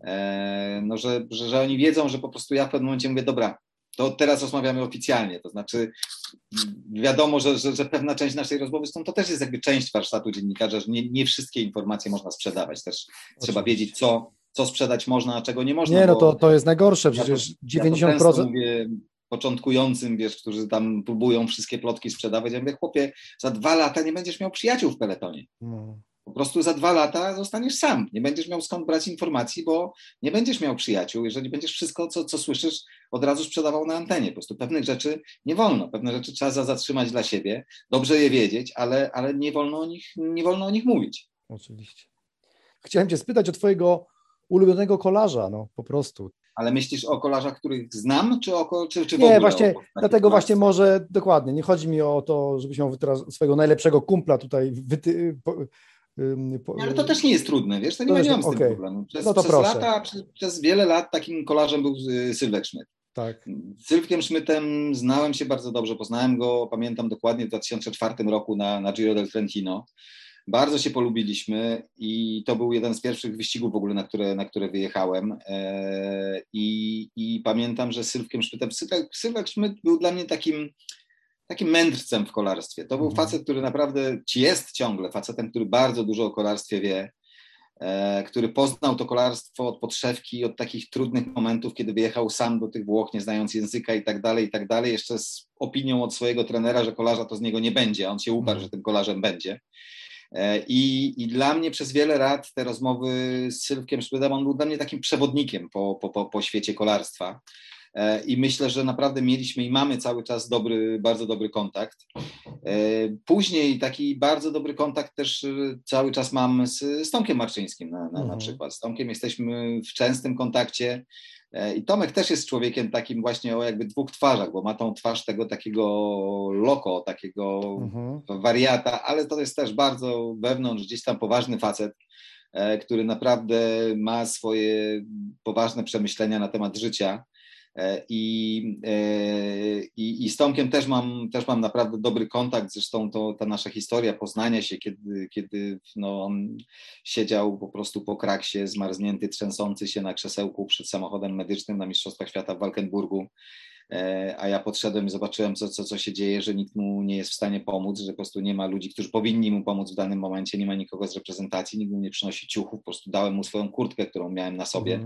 [SPEAKER 2] oni wiedzą, że po prostu ja w pewnym momencie mówię, dobra, to teraz rozmawiamy oficjalnie, to znaczy wiadomo, że pewna część naszej rozmowy, to też jest jakby część warsztatu dziennikarza, że nie wszystkie informacje można sprzedawać, też trzeba wiedzieć, co sprzedać można, a czego nie można.
[SPEAKER 1] Nie, no to jest najgorsze, przecież 90%...
[SPEAKER 2] Ja to często mówię początkującym, którzy tam próbują wszystkie plotki sprzedawać, ja mówię, chłopie, za 2 lata nie będziesz miał przyjaciół w peletonie. Po prostu za 2 lata zostaniesz sam. Nie będziesz miał skąd brać informacji, bo nie będziesz miał przyjaciół, jeżeli będziesz wszystko, co słyszysz, od razu sprzedawał na antenie. Po prostu pewnych rzeczy nie wolno. Pewne rzeczy trzeba zatrzymać dla siebie. Dobrze je wiedzieć, ale nie wolno o nich mówić.
[SPEAKER 1] Oczywiście. Chciałem cię spytać o twojego ulubionego kolarza, no po prostu.
[SPEAKER 2] Ale myślisz o kolarzach, których znam, czy w
[SPEAKER 1] nie,
[SPEAKER 2] ogóle?
[SPEAKER 1] Właśnie, dlatego właśnie może dokładnie. Nie chodzi mi o to, żebyś miał teraz swojego najlepszego kumpla tutaj
[SPEAKER 2] ale to też nie jest trudne, wiesz, to nie mam z tym problemu. Przez wiele lat takim kolarzem był Sylwek Szmyt.
[SPEAKER 1] Tak.
[SPEAKER 2] Z Sylwkiem Szmytem znałem się bardzo dobrze, poznałem go, pamiętam dokładnie w 2004 roku na Giro del Trentino. Bardzo się polubiliśmy i to był jeden z pierwszych wyścigów w ogóle, na które wyjechałem i pamiętam, że z Sylwkiem Szmytem, Sylwek Szmyt był dla mnie takim mędrcem w kolarstwie. To był facet, który naprawdę jest ciągle facetem, który bardzo dużo o kolarstwie wie, który poznał to kolarstwo od podszewki, od takich trudnych momentów, kiedy wyjechał sam do tych Włoch, nie znając języka i tak dalej, jeszcze z opinią od swojego trenera, że kolarza to z niego nie będzie, a on się uparł, że tym kolarzem będzie. I dla mnie przez wiele lat te rozmowy z Sylwkiem Szmytem, on był dla mnie takim przewodnikiem po świecie kolarstwa. I myślę, że naprawdę mieliśmy i mamy cały czas bardzo dobry kontakt. Później taki bardzo dobry kontakt też cały czas mam z Tomkiem Marczyńskim na przykład. Z Tomkiem jesteśmy w częstym kontakcie i Tomek też jest człowiekiem takim właśnie o jakby 2 twarzach, bo ma tą twarz tego takiego loko, takiego wariata, ale to jest też bardzo wewnątrz gdzieś tam poważny facet, który naprawdę ma swoje poważne przemyślenia na temat życia. I z Tomkiem też mam naprawdę dobry kontakt, zresztą ta nasza historia poznania się, kiedy on siedział po prostu po kraksie, zmarznięty, trzęsący się na krzesełku przed samochodem medycznym na Mistrzostwach Świata w Walkenburgu, a ja podszedłem i zobaczyłem, co się dzieje, że nikt mu nie jest w stanie pomóc, że po prostu nie ma ludzi, którzy powinni mu pomóc w danym momencie, nie ma nikogo z reprezentacji, nikt mu nie przynosi ciuchów, po prostu dałem mu swoją kurtkę, którą miałem na sobie.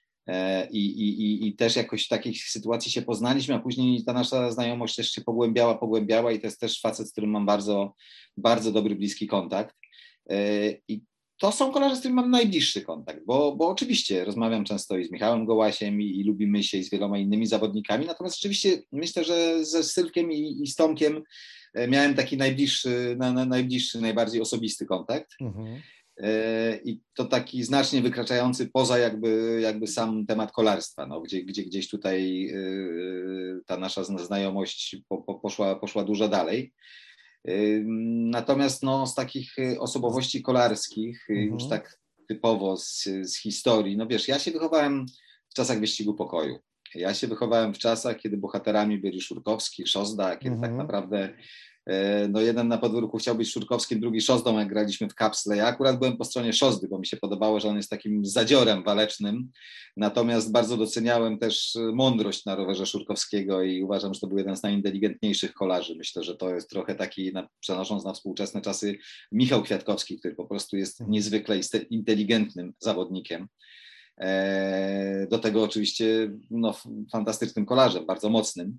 [SPEAKER 2] I też jakoś w takich sytuacji się poznaliśmy, a później ta nasza znajomość też się pogłębiała i to jest też facet, z którym mam bardzo, bardzo dobry, bliski kontakt. I to są kolarze, z którymi mam najbliższy kontakt, bo oczywiście rozmawiam często i z Michałem Gołasiem i lubimy się i z wieloma innymi zawodnikami, natomiast rzeczywiście myślę, że ze Sylwkiem i z Tomkiem miałem taki najbliższy, najbardziej osobisty kontakt. I to taki znacznie wykraczający poza jakby sam temat kolarstwa, gdzie gdzieś tutaj ta nasza znajomość poszła dużo dalej. Natomiast z takich osobowości kolarskich, już tak typowo z historii, wiesz, ja się wychowałem w czasach wyścigu pokoju. Ja się wychowałem w czasach, kiedy bohaterami byli Szurkowski, Szosda, kiedy tak naprawdę jeden na podwórku chciał być Szurkowskim, drugi Szosdą, jak graliśmy w kapsle. Ja akurat byłem po stronie Szosdy, bo mi się podobało, że on jest takim zadziorem walecznym. Natomiast bardzo doceniałem też mądrość na rowerze Szurkowskiego i uważam, że to był jeden z najinteligentniejszych kolarzy. Myślę, że to jest trochę taki, przenosząc na współczesne czasy, Michał Kwiatkowski, który po prostu jest niezwykle inteligentnym zawodnikiem. Do tego oczywiście fantastycznym kolarzem, bardzo mocnym.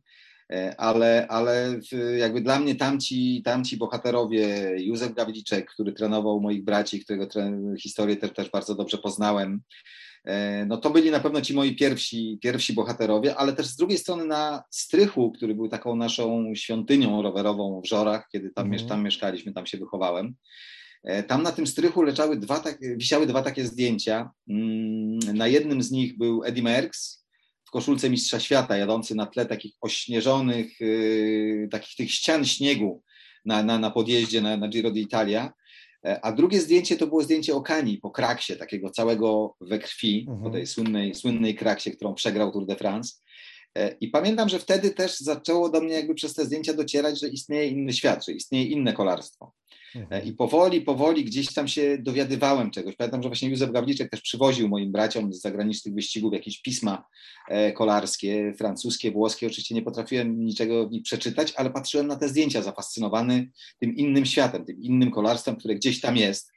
[SPEAKER 2] ale jakby dla mnie tamci bohaterowie, Józef Gawliczek, który trenował moich braci, którego historię też bardzo dobrze poznałem, no to byli na pewno ci moi pierwsi bohaterowie, ale też z drugiej strony na Strychu, który był taką naszą świątynią rowerową w Żorach, kiedy tam mieszkaliśmy, tam się wychowałem. Tam na tym strychu wisiały dwa takie zdjęcia. Na jednym z nich był Eddy Merckx w koszulce mistrza świata, jadący na tle takich ośnieżonych, takich tych ścian śniegu na podjeździe na Giro d'Italia. A drugie zdjęcie to było zdjęcie Okani po kraksie, takiego całego we krwi, po tej słynnej kraksie, którą przegrał Tour de France. I pamiętam, że wtedy też zaczęło do mnie jakby przez te zdjęcia docierać, że istnieje inny świat, że istnieje inne kolarstwo. I powoli gdzieś tam się dowiadywałem czegoś. Pamiętam, że właśnie Józef Gawliczek też przywoził moim braciom z zagranicznych wyścigów jakieś pisma kolarskie, francuskie, włoskie. Oczywiście nie potrafiłem niczego w nich przeczytać, ale patrzyłem na te zdjęcia zafascynowany tym innym światem, tym innym kolarstwem, które gdzieś tam jest.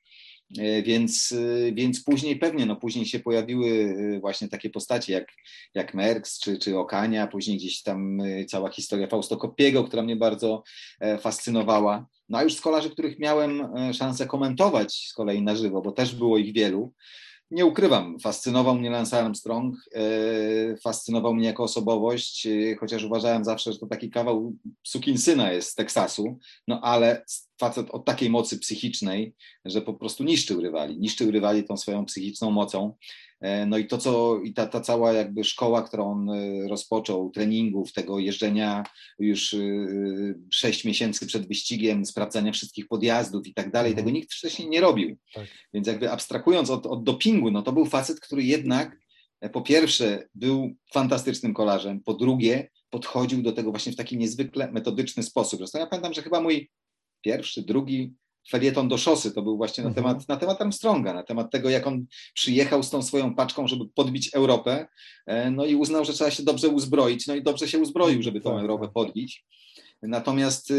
[SPEAKER 2] Więc później pewnie, później się pojawiły właśnie takie postacie jak Merckx czy Okania, później gdzieś tam cała historia Fausto Coppiego, która mnie bardzo fascynowała. No a już z kolarzy, których miałem szansę komentować z kolei na żywo, bo też było ich wielu, nie ukrywam, fascynował mnie Lance Armstrong, fascynował mnie jako osobowość, chociaż uważałem zawsze, że to taki kawał sukinsyna jest z Teksasu, no ale facet o takiej mocy psychicznej, że po prostu niszczył rywali tą swoją psychiczną mocą. No i ta cała jakby szkoła, którą on rozpoczął, treningów, tego jeżdżenia już 6 miesięcy przed wyścigiem, sprawdzania wszystkich podjazdów i tak dalej, tego nikt wcześniej nie robił. Tak. Więc jakby abstrahując od dopingu, no to był facet, który jednak po pierwsze był fantastycznym kolarzem, po drugie podchodził do tego właśnie w taki niezwykle metodyczny sposób. Zresztą ja pamiętam, że chyba mój pierwszy, drugi felieton do szosy to był właśnie na temat Armstronga, na temat tego, jak on przyjechał z tą swoją paczką, żeby podbić Europę, no i uznał, że trzeba się dobrze uzbroić, no i dobrze się uzbroił, żeby tą Europę podbić. Natomiast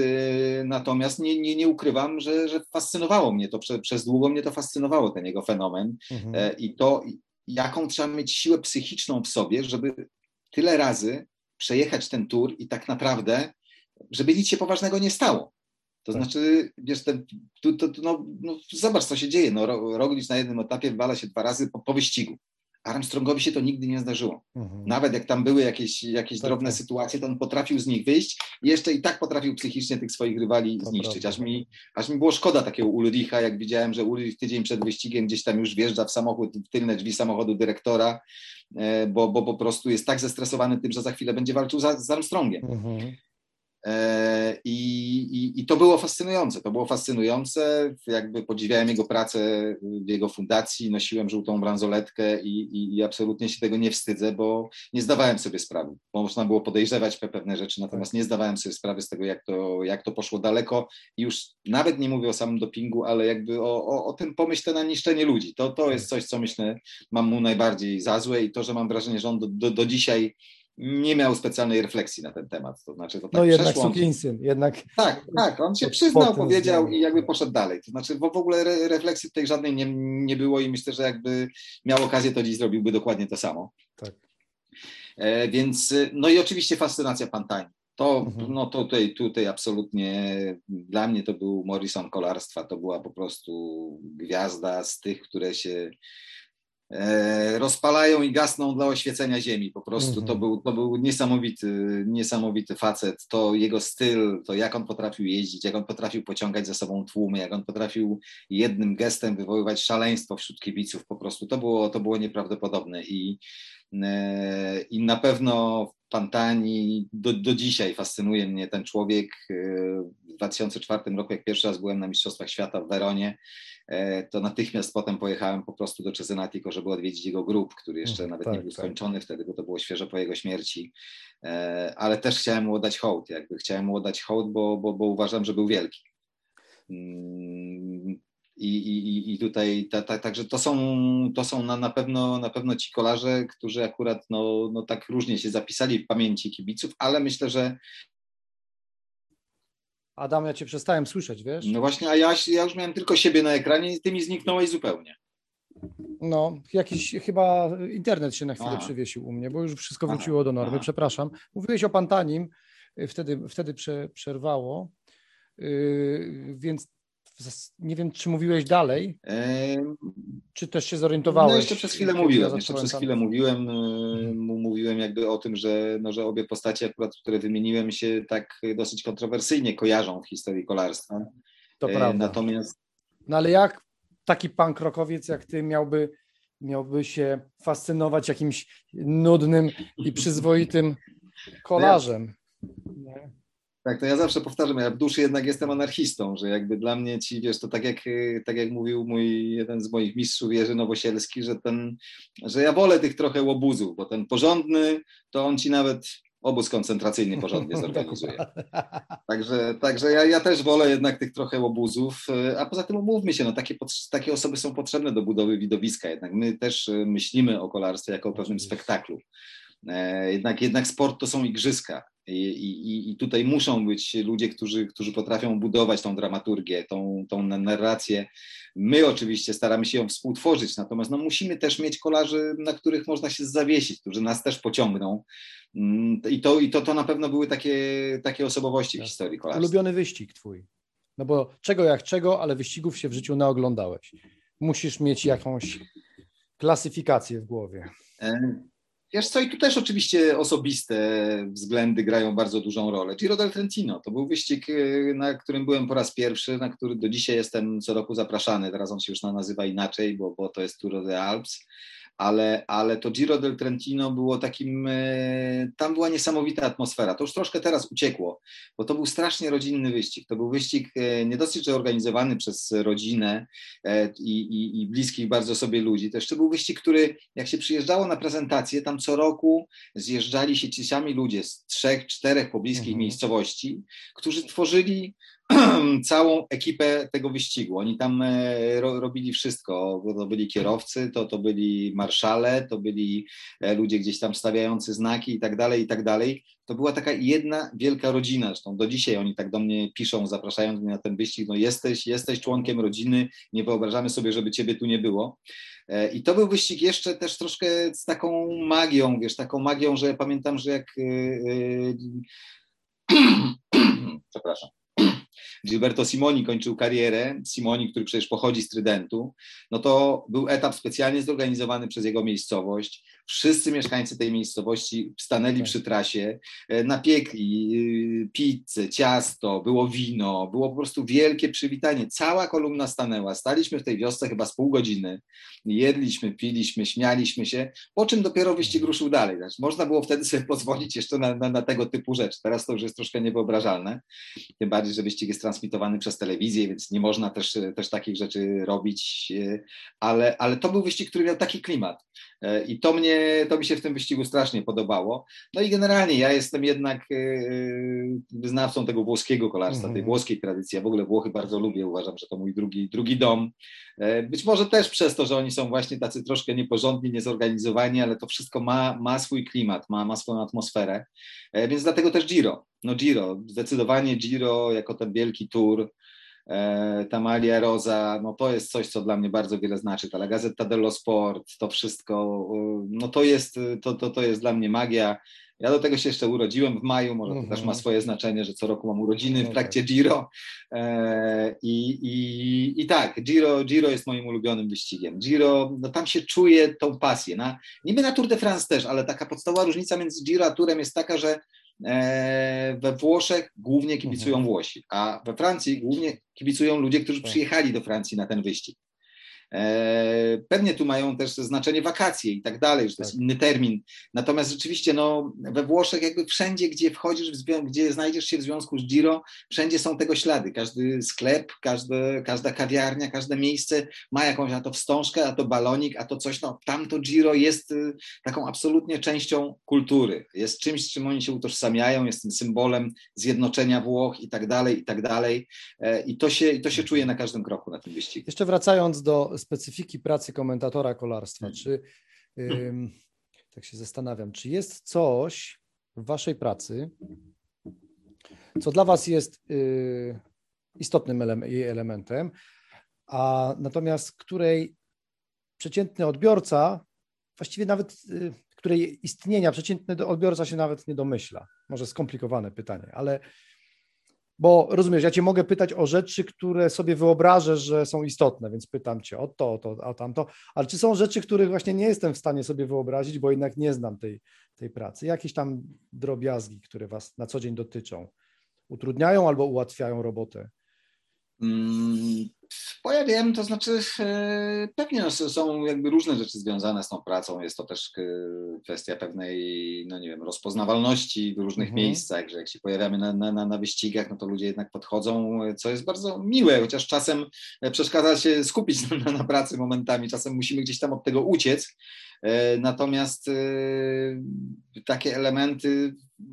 [SPEAKER 2] nie ukrywam, że fascynowało mnie to, przez długo mnie to fascynowało, ten jego fenomen i to, jaką trzeba mieć siłę psychiczną w sobie, żeby tyle razy przejechać ten tour i tak naprawdę, żeby nic się poważnego nie stało. To znaczy, wiesz, zobacz, co się dzieje. Roglic na jednym etapie wywala się 2 razy po wyścigu. Armstrongowi się to nigdy nie zdarzyło. Nawet jak tam były jakieś drobne sytuacje, to on potrafił z nich wyjść i jeszcze i tak potrafił psychicznie tych swoich rywali zniszczyć. Aż mi było szkoda takiego Ulricha, jak widziałem, że Ulrich tydzień przed wyścigiem gdzieś tam już wjeżdża w tylne drzwi samochodu dyrektora, bo po prostu jest tak zestresowany tym, że za chwilę będzie walczył z Armstrongiem. I to było fascynujące. Jakby podziwiałem jego pracę w jego fundacji, nosiłem żółtą bransoletkę i absolutnie się tego nie wstydzę, bo nie zdawałem sobie sprawy. Bo można było podejrzewać pewne rzeczy, natomiast nie zdawałem sobie sprawy z tego, jak to poszło daleko. I już nawet nie mówię o samym dopingu, ale jakby o tym pomyśle na niszczenie ludzi. To jest coś, co myślę, mam mu najbardziej za złe i to, że mam wrażenie, że on do dzisiaj nie miał specjalnej refleksji na ten temat. To znaczy, to tak
[SPEAKER 1] jednak sukinsyn, jednak.
[SPEAKER 2] Tak, on się przyznał, powiedział i jakby poszedł dalej. To znaczy w ogóle refleksji tutaj żadnej nie było i myślę, że jakby miał okazję, to dziś zrobiłby dokładnie to samo. Tak. Więc, no i oczywiście fascynacja Pantani. To tutaj absolutnie dla mnie to był Morrison kolarstwa. To była po prostu gwiazda z tych, które się rozpalają i gasną dla oświecenia ziemi. Po prostu to był niesamowity facet. To jego styl, to jak on potrafił jeździć, jak on potrafił pociągać za sobą tłumy, jak on potrafił jednym gestem wywoływać szaleństwo wśród kibiców. Po prostu to było nieprawdopodobne i na pewno Pantani do dzisiaj fascynuje mnie ten człowiek. W 2004 roku, jak pierwszy raz byłem na Mistrzostwach Świata w Weronie, to natychmiast potem pojechałem po prostu do Cesenatico, żeby odwiedzić jego grób, który jeszcze nawet nie był skończony wtedy, bo to było świeżo po jego śmierci, ale też chciałem mu oddać hołd, bo uważam, że był wielki. I tutaj także to są na pewno ci kolarze, którzy akurat tak różnie się zapisali w pamięci kibiców, ale myślę, że
[SPEAKER 1] Adam, ja cię przestałem słyszeć, wiesz?
[SPEAKER 2] No właśnie, a ja już miałem tylko siebie na ekranie i ty mi zniknąłeś zupełnie.
[SPEAKER 1] No, jakiś chyba internet się na chwilę przywiesił u mnie, bo już wszystko wróciło do normy, przepraszam. Mówiłeś o Pantanim, wtedy przerwało, więc nie wiem, czy mówiłeś dalej, czy też się zorientowałeś?
[SPEAKER 2] No jeszcze przez chwilę mówiłem jakby o tym, że obie postacie akurat, które wymieniłem, się tak dosyć kontrowersyjnie kojarzą w historii kolarstwa.
[SPEAKER 1] To prawda.
[SPEAKER 2] Natomiast...
[SPEAKER 1] No ale jak taki punk rockowiec jak ty miałby się fascynować jakimś nudnym i przyzwoitym kolarzem?
[SPEAKER 2] Tak, to ja zawsze powtarzam, ja w duszy jednak jestem anarchistą, że jakby dla mnie wiesz, to tak jak mówił jeden z moich mistrzów, Jerzy Nowosielski, że ja wolę tych trochę łobuzów, bo ten porządny, to on ci nawet obóz koncentracyjny porządnie zorganizuje. Także ja też wolę jednak tych trochę łobuzów, a poza tym umówmy się, no takie osoby są potrzebne do budowy widowiska, jednak my też myślimy o kolarstwie jako o pewnym spektaklu. Jednak sport to są igrzyska i tutaj muszą być ludzie, którzy potrafią budować tą dramaturgię, tą narrację. My oczywiście staramy się ją współtworzyć, natomiast no, musimy też mieć kolarzy, na których można się zawiesić, którzy nas też pociągną. I to na pewno były takie osobowości w historii kolarstwa.
[SPEAKER 1] Ulubiony wyścig twój? No bo czego, ale wyścigów się w życiu naoglądałeś. Musisz mieć jakąś klasyfikację w głowie.
[SPEAKER 2] Wiesz co, i tu też oczywiście osobiste względy grają bardzo dużą rolę. Giro del Trentino to był wyścig, na którym byłem po raz pierwszy, na który do dzisiaj jestem co roku zapraszany. Teraz on się już nazywa inaczej, bo to jest Tour de Alps. Ale to Giro del Trentino było takim, tam była niesamowita atmosfera. To już troszkę teraz uciekło, bo to był strasznie rodzinny wyścig. To był wyścig nie dosyć, że organizowany przez rodzinę i bliskich bardzo sobie ludzi. To jeszcze był wyścig, który jak się przyjeżdżało na prezentację, tam co roku zjeżdżali się ci sami ludzie z 3-4 pobliskich miejscowości, którzy tworzyli całą ekipę tego wyścigu. Oni tam robili wszystko. To byli kierowcy, to byli marszale, to byli ludzie gdzieś tam stawiający znaki i tak dalej, i tak dalej. To była taka jedna wielka rodzina. Zresztą do dzisiaj oni tak do mnie piszą, zapraszając mnie na ten wyścig, no jesteś członkiem rodziny, nie wyobrażamy sobie, żeby ciebie tu nie było. I to był wyścig jeszcze też troszkę z taką magią, wiesz, taką magią, że pamiętam, że jak przepraszam, Gilberto Simoni kończył karierę, Simoni, który przecież pochodzi z Trydentu, no to był etap specjalnie zorganizowany przez jego miejscowość. Wszyscy mieszkańcy tej miejscowości stanęli przy trasie, napiekli pizzę, ciasto, było wino, było po prostu wielkie przywitanie. Cała kolumna stanęła. Staliśmy w tej wiosce chyba z pół godziny. Jedliśmy, piliśmy, śmialiśmy się, po czym dopiero wyścig ruszył dalej. Znaczy, można było wtedy sobie pozwolić jeszcze na tego typu rzeczy. Teraz to już jest troszkę niewyobrażalne. Tym bardziej, że wyścig jest transmitowany przez telewizję, więc nie można też takich rzeczy robić. Ale to był wyścig, który miał taki klimat. I to mi się w tym wyścigu strasznie podobało. No i generalnie ja jestem jednak wyznawcą tego włoskiego kolarstwa, tej włoskiej tradycji. Ja w ogóle Włochy bardzo lubię, uważam, że to mój drugi dom. Być może też przez to, że oni są właśnie tacy troszkę nieporządni, niezorganizowani, ale to wszystko ma swój klimat, ma swoją atmosferę, więc dlatego też Giro. No Giro, zdecydowanie Giro jako ten wielki tour, ta Maglia Rosa, no to jest coś, co dla mnie bardzo wiele znaczy. Ta La Gazzetta dello Sport, to wszystko, no to jest dla mnie magia. Ja do tego się jeszcze urodziłem w maju, może to też ma swoje znaczenie, że co roku mam urodziny w trakcie Giro. I tak, Giro jest moim ulubionym wyścigiem. Giro, no tam się czuje tą pasję. Niby na Tour de France też, ale taka podstawowa różnica między Giro a Tourem jest taka, że we Włoszech głównie kibicują Włosi, a we Francji głównie kibicują ludzie, którzy przyjechali do Francji na ten wyścig. Pewnie tu mają też znaczenie wakacje i tak dalej, że to jest inny termin. Natomiast rzeczywiście we Włoszech jakby wszędzie, gdzie wchodzisz, gdzie znajdziesz się w związku z Giro, wszędzie są tego ślady. Każdy sklep, każda kawiarnia, każde miejsce ma jakąś a to wstążkę, a to balonik, a to coś. Tam to Giro jest taką absolutnie częścią kultury. Jest czymś, z czym oni się utożsamiają, jest tym symbolem zjednoczenia Włoch i tak dalej, i tak dalej. I to się czuje na każdym kroku na tym wyścigu.
[SPEAKER 1] Jeszcze wracając do specyfiki pracy komentatora kolarstwa, tak się zastanawiam, czy jest coś w waszej pracy, co dla was jest istotnym jej elementem, a natomiast której przeciętny odbiorca właściwie nawet której istnienia przeciętny odbiorca się nawet nie domyśla. Może skomplikowane pytanie, ale bo rozumiesz, ja cię mogę pytać o rzeczy, które sobie wyobrażę, że są istotne, więc pytam cię o to, o tamto, ale czy są rzeczy, których właśnie nie jestem w stanie sobie wyobrazić, bo jednak nie znam tej pracy? Jakieś tam drobiazgi, które was na co dzień dotyczą, utrudniają albo ułatwiają robotę?
[SPEAKER 2] Pojawiałem, to znaczy pewnie są jakby różne rzeczy związane z tą pracą. Jest to też kwestia pewnej, no nie wiem, rozpoznawalności w różnych miejscach, że jak się pojawiamy na wyścigach, no to ludzie jednak podchodzą, co jest bardzo miłe, chociaż czasem przeszkadza się skupić na pracy momentami, czasem musimy gdzieś tam od tego uciec. Natomiast takie elementy,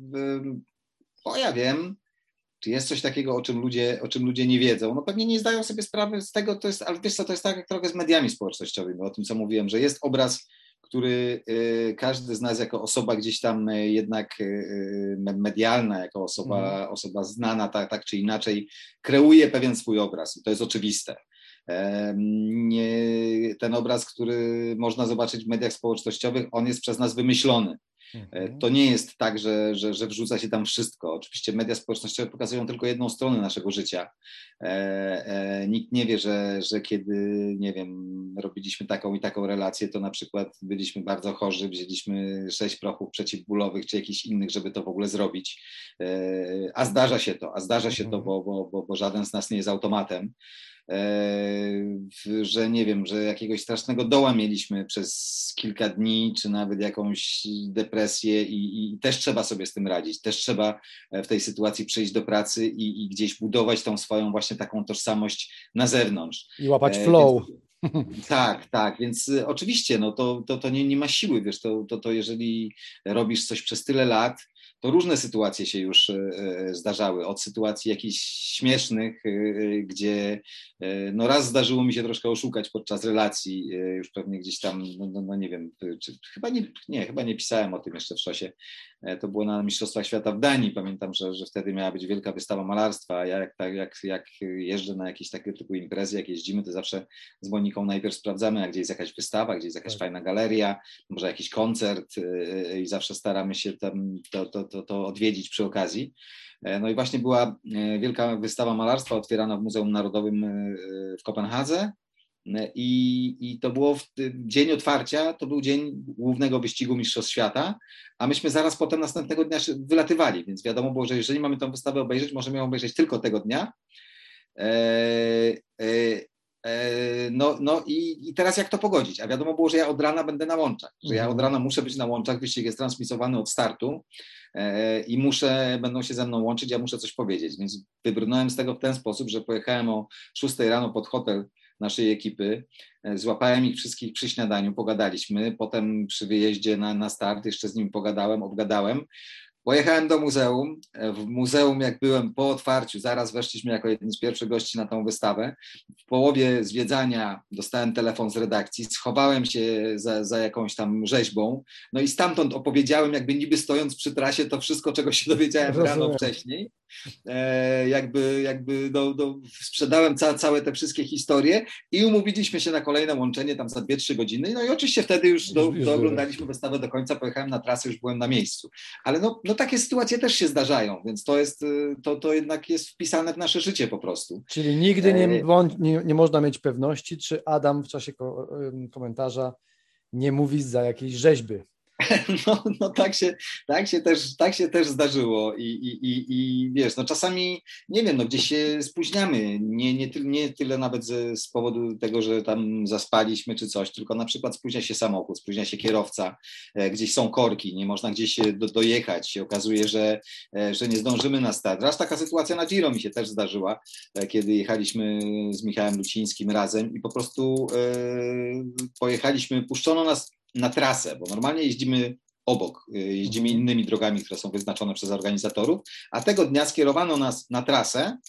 [SPEAKER 2] wiem, czy jest coś takiego, o czym ludzie nie wiedzą? No pewnie nie zdają sobie sprawy z tego, ale wiesz co, to jest tak jak trochę z mediami społecznościowymi, o tym, co mówiłem, że jest obraz, który każdy z nas jako osoba gdzieś tam jednak medialna, jako osoba znana tak czy inaczej, kreuje pewien swój obraz i to jest oczywiste. Ten obraz, który można zobaczyć w mediach społecznościowych, on jest przez nas wymyślony. To nie jest tak, że wrzuca się tam wszystko. Oczywiście media społecznościowe pokazują tylko jedną stronę naszego życia. Nikt nie wie, że kiedy, nie wiem, robiliśmy taką i taką relację, to na przykład byliśmy bardzo chorzy, wzięliśmy 6 prochów przeciwbólowych czy jakichś innych, żeby to w ogóle zrobić. A zdarza się to, bo żaden z nas nie jest automatem. Że nie wiem, że jakiegoś strasznego doła mieliśmy przez kilka dni, czy nawet jakąś depresję i też trzeba sobie z tym radzić. Też trzeba w tej sytuacji przyjść do pracy i gdzieś budować tą swoją właśnie taką tożsamość na zewnątrz.
[SPEAKER 1] I łapać flow.
[SPEAKER 2] Tak, więc oczywiście no to nie ma siły, wiesz, to jeżeli robisz coś przez tyle lat, to różne sytuacje się już zdarzały, od sytuacji jakichś śmiesznych, gdzie no raz zdarzyło mi się troszkę oszukać podczas relacji, już pewnie gdzieś tam, no nie wiem, chyba nie pisałem o tym jeszcze w szosie. To było na Mistrzostwach Świata w Danii, pamiętam, że wtedy miała być wielka wystawa malarstwa, a ja jak jeżdżę na jakieś takie typu imprezy, jak jeździmy, to zawsze z Moniką najpierw sprawdzamy, jak gdzie jest jakaś wystawa, gdzie jest jakaś fajna galeria, może jakiś koncert i zawsze staramy się tam to odwiedzić przy okazji. No i właśnie była wielka wystawa malarstwa otwierana w Muzeum Narodowym w Kopenhadze. I to było dzień otwarcia, to był dzień głównego wyścigu Mistrzostw Świata, a myśmy zaraz potem następnego dnia wylatywali, więc wiadomo było, że jeżeli mamy tę wystawę obejrzeć, możemy ją obejrzeć tylko tego dnia. No i teraz jak to pogodzić? A wiadomo było, że ja od rana będę na Łączach, że ja od rana muszę być na Łączach, wyścig jest transmisowany od startu i będą się ze mną łączyć, ja muszę coś powiedzieć, więc wybrnąłem z tego w ten sposób, że pojechałem o 6 rano pod hotel naszej ekipy, złapałem ich wszystkich przy śniadaniu, pogadaliśmy, potem przy wyjeździe na start jeszcze z nimi pogadałem, obgadałem. Pojechałem do muzeum. W muzeum, jak byłem po otwarciu, zaraz weszliśmy jako jedni z pierwszych gości na tą wystawę. W połowie zwiedzania dostałem telefon z redakcji, schowałem się za jakąś tam rzeźbą, no i stamtąd opowiedziałem, jakby niby stojąc przy trasie, to wszystko, czego się dowiedziałem rano wcześniej. Sprzedałem całe te wszystkie historie i umówiliśmy się na kolejne łączenie tam za 2-3 godziny. No i oczywiście wtedy już dooglądaliśmy wystawę do końca, pojechałem na trasę, już byłem na miejscu. Ale no takie sytuacje też się zdarzają, więc to jednak jest wpisane w nasze życie po prostu. Czyli
[SPEAKER 1] nigdy nie można mieć pewności, czy Adam w czasie komentarza nie mówi za jakiejś rzeźby.
[SPEAKER 2] No tak się też zdarzyło i wiesz, no czasami, nie wiem, no gdzieś się spóźniamy, nie tyle nawet z powodu tego, że tam zaspaliśmy czy coś, tylko na przykład spóźnia się samochód, spóźnia się kierowca, gdzieś są korki, nie można gdzieś dojechać, się okazuje, że nie zdążymy na start. Raz taka sytuacja na Giro mi się też zdarzyła, kiedy jechaliśmy z Michałem Lucińskim razem i po prostu pojechaliśmy, puszczono nas na trasę, bo normalnie jeździmy obok, jeździmy innymi drogami, które są wyznaczone przez organizatorów, a tego dnia skierowano nas na trasę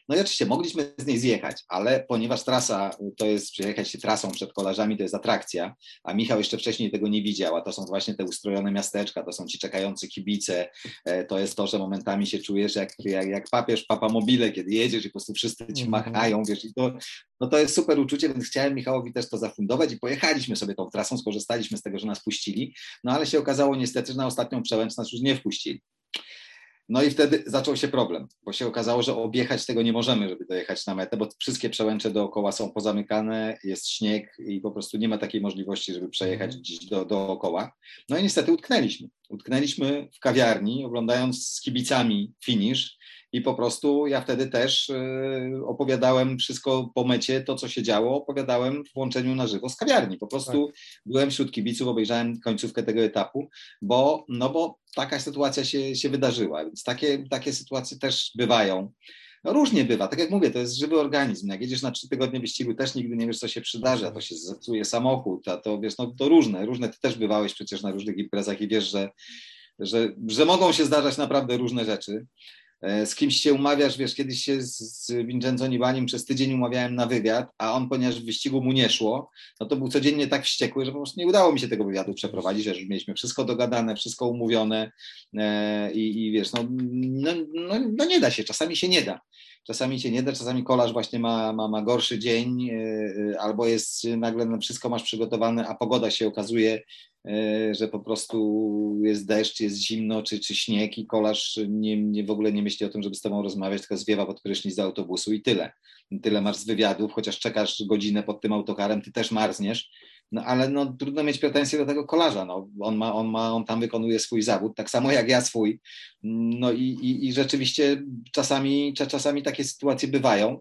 [SPEAKER 2] No i oczywiście mogliśmy z niej zjechać, ale ponieważ trasa to jest, przejechać się trasą przed kolarzami to jest atrakcja, a Michał jeszcze wcześniej tego nie widział, a to są właśnie te ustrojone miasteczka, to są ci czekający kibice, to jest to, że momentami się czujesz jak papież Papa Mobile, kiedy jedziesz i po prostu wszyscy ci machają, wiesz, i to jest super uczucie, więc chciałem Michałowi też to zafundować i pojechaliśmy sobie tą trasą, skorzystaliśmy z tego, że nas puścili, no ale się okazało niestety, że na ostatnią przełęcz nas już nie wpuścili. No i wtedy zaczął się problem, bo się okazało, że objechać tego nie możemy, żeby dojechać na metę, bo wszystkie przełęcze dookoła są pozamykane, jest śnieg i po prostu nie ma takiej możliwości, żeby przejechać gdzieś dookoła. No i niestety utknęliśmy. Utknęliśmy w kawiarni, oglądając z kibicami finisz i po prostu ja wtedy też opowiadałem wszystko po mecie, to co się działo, opowiadałem w łączeniu na żywo z kawiarni. Po prostu byłem wśród kibiców, obejrzałem końcówkę tego etapu, bo taka sytuacja się wydarzyła, więc takie sytuacje też bywają. No różnie bywa, tak jak mówię, to jest żywy organizm. Jak jedziesz na 3 tygodnie wyścigu, też nigdy nie wiesz, co się przydarzy, a to się zepsuje samochód, a to wiesz, no to różne. Ty też bywałeś przecież na różnych imprezach i wiesz, że mogą się zdarzać naprawdę różne rzeczy. Z kimś się umawiasz, wiesz, kiedyś się z Vincenzo Nibanim przez tydzień umawiałem na wywiad, a on, ponieważ w wyścigu mu nie szło, no to był codziennie tak wściekły, że po prostu nie udało mi się tego wywiadu przeprowadzić, że już mieliśmy wszystko dogadane, wszystko umówione i wiesz, no nie da się, czasami się nie da. Czasami kolarz właśnie ma gorszy dzień, albo jest nagle wszystko masz przygotowane, a pogoda się okazuje, że po prostu jest deszcz, jest zimno czy śnieg i kolarz w ogóle nie myśli o tym, żeby z tobą rozmawiać, tylko zwiewa pod prysznic z autobusu i tyle. Tyle masz z wywiadów, chociaż czekasz godzinę pod tym autokarem, ty też marzniesz, no ale no, trudno mieć pretensje do tego kolarza, no, on tam wykonuje swój zawód, tak samo jak ja swój, no i rzeczywiście czasami takie sytuacje bywają.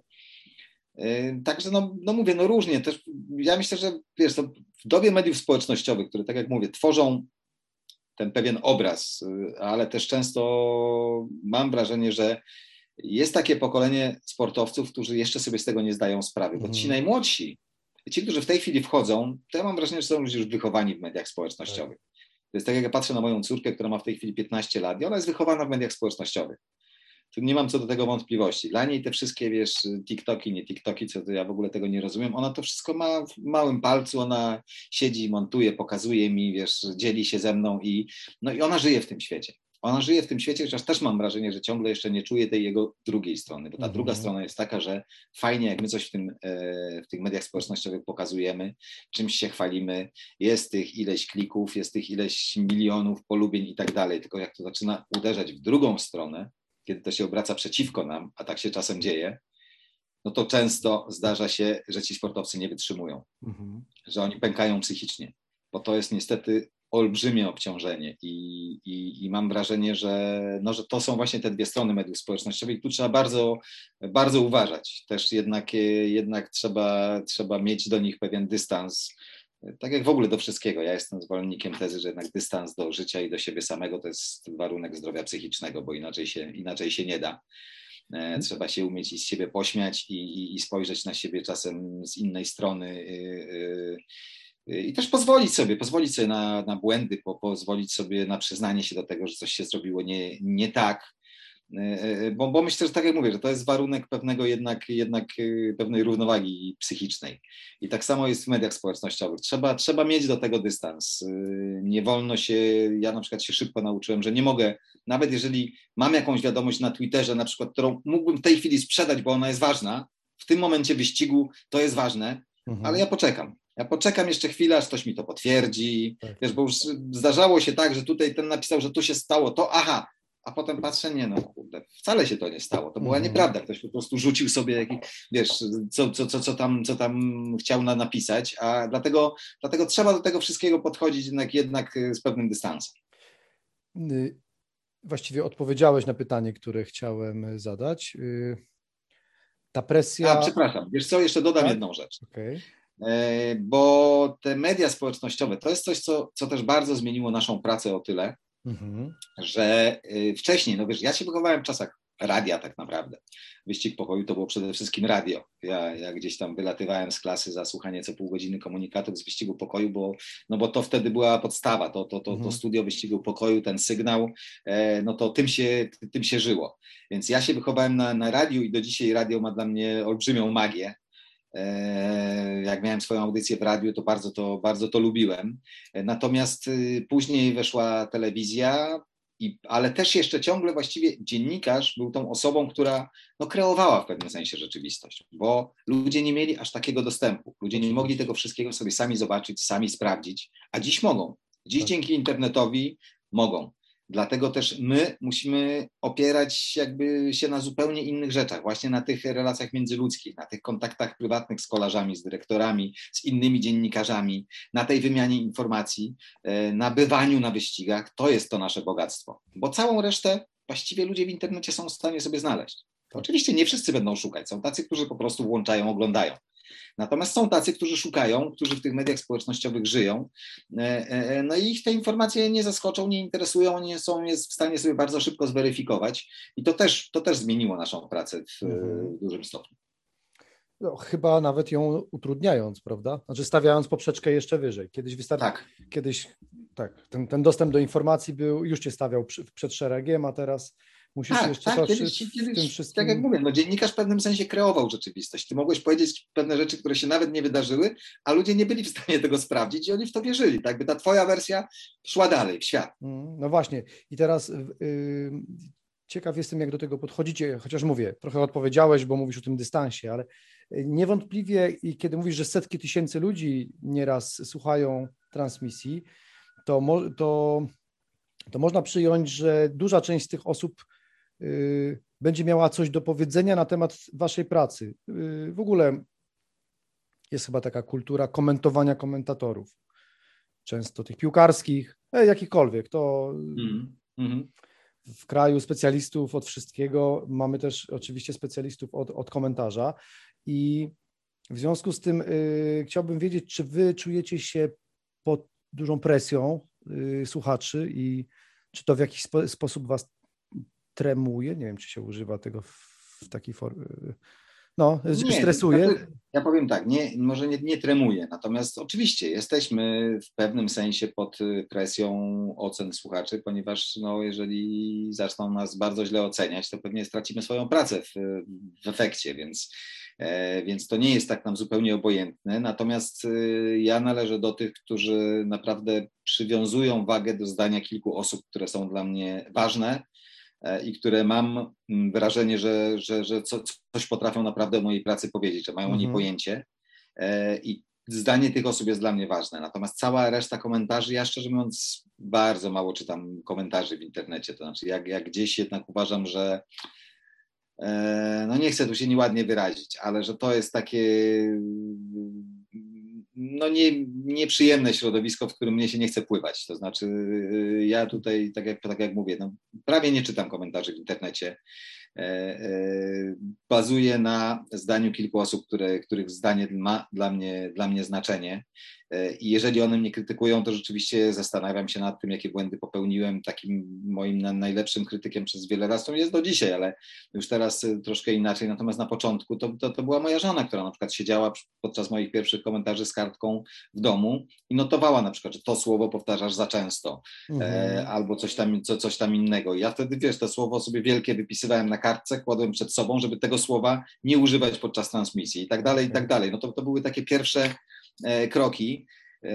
[SPEAKER 2] Także no mówię, no różnie. Też ja myślę, że wiesz, to w dobie mediów społecznościowych, które tak jak mówię, tworzą ten pewien obraz, ale też często mam wrażenie, że jest takie pokolenie sportowców, którzy jeszcze sobie z tego nie zdają sprawy, bo ci najmłodsi, ci, którzy w tej chwili wchodzą, to ja mam wrażenie, że są ludzie już wychowani w mediach społecznościowych. To jest tak, jak ja patrzę na moją córkę, która ma w tej chwili 15 lat i ona jest wychowana w mediach społecznościowych. Tu nie mam co do tego wątpliwości. Dla niej te wszystkie, wiesz, TikToki, nie TikToki, co to ja w ogóle tego nie rozumiem. Ona to wszystko ma w małym palcu, ona siedzi, montuje, pokazuje mi, wiesz, dzieli się ze mną i ona żyje w tym świecie. Ona żyje w tym świecie, chociaż też mam wrażenie, że ciągle jeszcze nie czuje tej jego drugiej strony, bo ta druga strona jest taka, że fajnie, jak my coś w tych mediach społecznościowych pokazujemy, czymś się chwalimy, jest tych ileś klików, jest tych ileś milionów polubień i tak dalej, tylko jak to zaczyna uderzać w drugą stronę, kiedy to się obraca przeciwko nam, a tak się czasem dzieje, no to często zdarza się, że ci sportowcy nie wytrzymują, że oni pękają psychicznie, bo to jest niestety olbrzymie obciążenie i mam wrażenie, że to są właśnie te dwie strony mediów społecznościowych i tu trzeba bardzo, bardzo uważać. Też jednak trzeba mieć do nich pewien dystans, tak jak w ogóle do wszystkiego. Ja jestem zwolennikiem tezy, że jednak dystans do życia i do siebie samego to jest warunek zdrowia psychicznego, bo inaczej się nie da. Trzeba się umieć i z siebie pośmiać i spojrzeć na siebie czasem z innej strony i też pozwolić sobie na błędy, pozwolić sobie na przyznanie się do tego, że coś się zrobiło nie tak. Bo myślę, że tak jak mówię, że to jest warunek pewnego jednak pewnej równowagi psychicznej. I tak samo jest w mediach społecznościowych. Trzeba mieć do tego dystans. Nie wolno się, ja na przykład się szybko nauczyłem, że nie mogę, nawet jeżeli mam jakąś wiadomość na Twitterze, na przykład, którą mógłbym w tej chwili sprzedać, bo ona jest ważna, w tym momencie wyścigu to jest ważne, ale ja poczekam. Ja poczekam jeszcze chwilę, aż ktoś mi to potwierdzi. Tak. Wiesz, bo już zdarzało się tak, że tutaj ten napisał, że tu się stało to, a potem patrzę, nie no, kurde, wcale się to nie stało. To była nieprawda. Ktoś po prostu rzucił sobie, wiesz, co tam chciał napisać, a dlatego trzeba do tego wszystkiego podchodzić jednak z pewnym dystansem.
[SPEAKER 1] Właściwie odpowiedziałeś na pytanie, które chciałem zadać. Ta presja...
[SPEAKER 2] Przepraszam, wiesz co, jeszcze dodam jedną rzecz.
[SPEAKER 1] Okay.
[SPEAKER 2] Bo te media społecznościowe to jest coś, co też bardzo zmieniło naszą pracę o tyle, że wcześniej, no wiesz, ja się wychowałem w czasach radia tak naprawdę. Wyścig pokoju to było przede wszystkim radio. Ja gdzieś tam wylatywałem z klasy za słuchanie co pół godziny komunikatów z wyścigu pokoju, bo to wtedy była podstawa, to studio wyścigu pokoju, ten sygnał, no to tym się żyło. Więc ja się wychowałem na radiu i do dzisiaj radio ma dla mnie olbrzymią magię. Jak miałem swoją audycję w radiu, to bardzo to lubiłem. Natomiast później weszła telewizja, ale też jeszcze ciągle właściwie dziennikarz był tą osobą, która kreowała w pewnym sensie rzeczywistość, bo ludzie nie mieli aż takiego dostępu. Ludzie nie mogli tego wszystkiego sobie sami zobaczyć, sami sprawdzić, a dziś mogą. Dziś dzięki internetowi mogą. Dlatego też my musimy opierać jakby się na zupełnie innych rzeczach, właśnie na tych relacjach międzyludzkich, na tych kontaktach prywatnych z kolarzami, z dyrektorami, z innymi dziennikarzami, na tej wymianie informacji, na bywaniu na wyścigach. To jest to nasze bogactwo, bo całą resztę właściwie ludzie w internecie są w stanie sobie znaleźć. Oczywiście nie wszyscy będą szukać, są tacy, którzy po prostu włączają, oglądają. Natomiast są tacy, którzy szukają, którzy w tych mediach społecznościowych żyją, no i ich te informacje nie zaskoczą, nie interesują, nie są w stanie sobie bardzo szybko zweryfikować i to też zmieniło naszą pracę w dużym stopniu.
[SPEAKER 1] No, chyba nawet ją utrudniając, prawda? Znaczy stawiając poprzeczkę jeszcze wyżej. Kiedyś ten dostęp do informacji już cię stawiał przed szeregiem, a teraz musisz jeszcze
[SPEAKER 2] kiedyś,
[SPEAKER 1] w tym wszystkim...
[SPEAKER 2] Tak jak mówię, dziennikarz w pewnym sensie kreował rzeczywistość. Ty mogłeś powiedzieć pewne rzeczy, które się nawet nie wydarzyły, a ludzie nie byli w stanie tego sprawdzić i oni w to wierzyli. Tak by ta twoja wersja szła dalej w świat.
[SPEAKER 1] No właśnie. I teraz ciekaw jestem, jak do tego podchodzicie, chociaż mówię, trochę odpowiedziałeś, bo mówisz o tym dystansie, ale niewątpliwie, kiedy mówisz, że setki tysięcy ludzi nieraz słuchają transmisji, to można przyjąć, że duża część z tych osób będzie miała coś do powiedzenia na temat waszej pracy. W ogóle jest chyba taka kultura komentowania komentatorów, często tych piłkarskich, jakikolwiek. To w kraju specjalistów od wszystkiego, mamy też oczywiście specjalistów od komentarza i w związku z tym chciałbym wiedzieć, czy wy czujecie się pod dużą presją słuchaczy i czy to w jakiś sposób was tremuje? Nie wiem, czy się używa tego w takiej formie. Stresuje?
[SPEAKER 2] Ja powiem tak, może nie tremuje, natomiast oczywiście jesteśmy w pewnym sensie pod presją ocen słuchaczy, ponieważ jeżeli zaczną nas bardzo źle oceniać, to pewnie stracimy swoją pracę w efekcie, więc to nie jest tak nam zupełnie obojętne. Natomiast ja należę do tych, którzy naprawdę przywiązują wagę do zdania kilku osób, które są dla mnie ważne i które mam wrażenie, że coś potrafią naprawdę o mojej pracy powiedzieć, że mają o niej pojęcie. I zdanie tych osób jest dla mnie ważne. Natomiast cała reszta komentarzy, ja szczerze mówiąc bardzo mało czytam komentarzy w internecie. To znaczy jak gdzieś jednak uważam, że nie chcę tu się nieładnie wyrazić, ale że to jest takie nieprzyjemne środowisko, w którym mnie się nie chce pływać. To znaczy ja tutaj, tak jak mówię, prawie nie czytam komentarzy w internecie. Bazuję na zdaniu kilku osób, których zdanie ma dla mnie znaczenie. I jeżeli one mnie krytykują, to rzeczywiście zastanawiam się nad tym, jakie błędy popełniłem. Takim moim najlepszym krytykiem przez wiele lat to jest do dzisiaj, ale już teraz troszkę inaczej. Natomiast na początku to była moja żona, która na przykład siedziała podczas moich pierwszych komentarzy z kartką w domu i notowała na przykład, że to słowo powtarzasz za często albo coś tam innego. I ja wtedy, to słowo sobie wielkie wypisywałem na kartce, kładłem przed sobą, żeby tego słowa nie używać podczas transmisji i tak dalej, i tak dalej. To były takie pierwsze kroki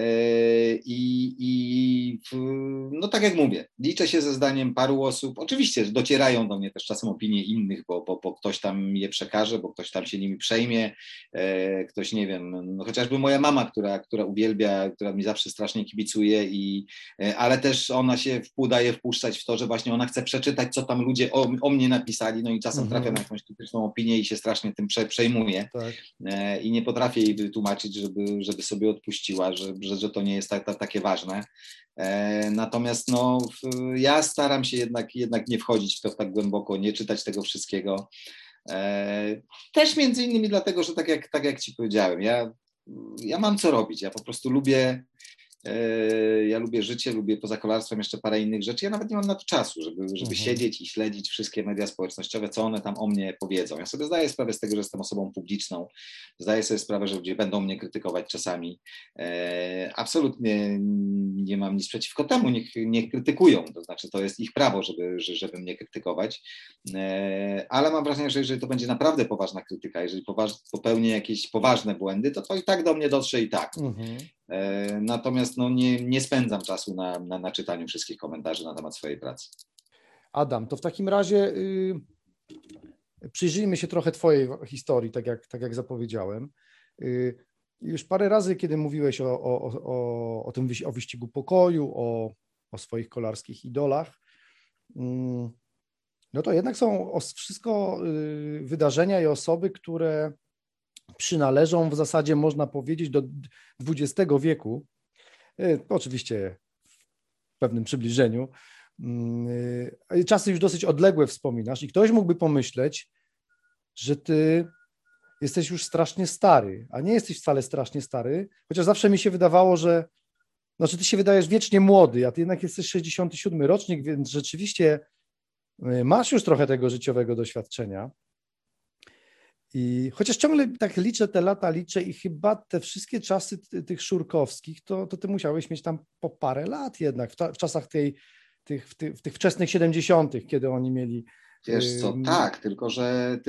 [SPEAKER 2] i tak jak mówię, liczę się ze zdaniem paru osób. Oczywiście docierają do mnie też czasem opinie innych, bo ktoś tam je przekaże, bo ktoś tam się nimi przejmie, ktoś, nie wiem, chociażby moja mama, która uwielbia, która mi zawsze strasznie kibicuje, ale też ona się daje wpuszczać w to, że właśnie ona chce przeczytać, co tam ludzie o mnie napisali, i czasem trafia na jakąś krytyczną opinię i się strasznie tym przejmuje. Tak. I nie potrafię jej wytłumaczyć, żeby sobie odpuściła, że to nie jest takie ważne. Natomiast ja staram się jednak nie wchodzić w to tak głęboko, nie czytać tego wszystkiego. Też między innymi dlatego, że tak jak ci powiedziałem, ja mam co robić. Ja po prostu lubię Ja lubię życie, lubię poza kolarstwem jeszcze parę innych rzeczy. Ja nawet nie mam na to czasu, żeby siedzieć i śledzić wszystkie media społecznościowe, co one tam o mnie powiedzą. Ja sobie zdaję sprawę z tego, że jestem osobą publiczną. Zdaję sobie sprawę, że ludzie będą mnie krytykować czasami. Absolutnie nie mam nic przeciwko temu, niech krytykują. To znaczy, to jest ich prawo, żeby mnie krytykować. Ale mam wrażenie, że jeżeli to będzie naprawdę poważna krytyka, jeżeli popełnię jakieś poważne błędy, to i tak do mnie dotrze i tak. Natomiast nie spędzam czasu na czytaniu wszystkich komentarzy na temat swojej pracy.
[SPEAKER 1] Adam, to w takim razie przyjrzyjmy się trochę twojej historii, tak jak zapowiedziałem. Już parę razy, kiedy mówiłeś o tym o wyścigu pokoju, o swoich kolarskich idolach, no to jednak są wszystko wydarzenia i osoby, które przynależą w zasadzie, można powiedzieć, do XX wieku. Oczywiście w pewnym przybliżeniu. Czasy już dosyć odległe wspominasz i ktoś mógłby pomyśleć, że ty jesteś już strasznie stary, a nie jesteś wcale strasznie stary, chociaż zawsze mi się wydawało, że ty się wydajesz wiecznie młody, a ty jednak jesteś 67 rocznik, więc rzeczywiście masz już trochę tego życiowego doświadczenia. I chociaż ciągle tak liczę te lata, i chyba te wszystkie czasy tych szurkowskich, to ty musiałeś mieć tam po parę lat jednak, w czasach tych wczesnych 70., kiedy oni mieli...
[SPEAKER 2] Wiesz co, tak, tylko że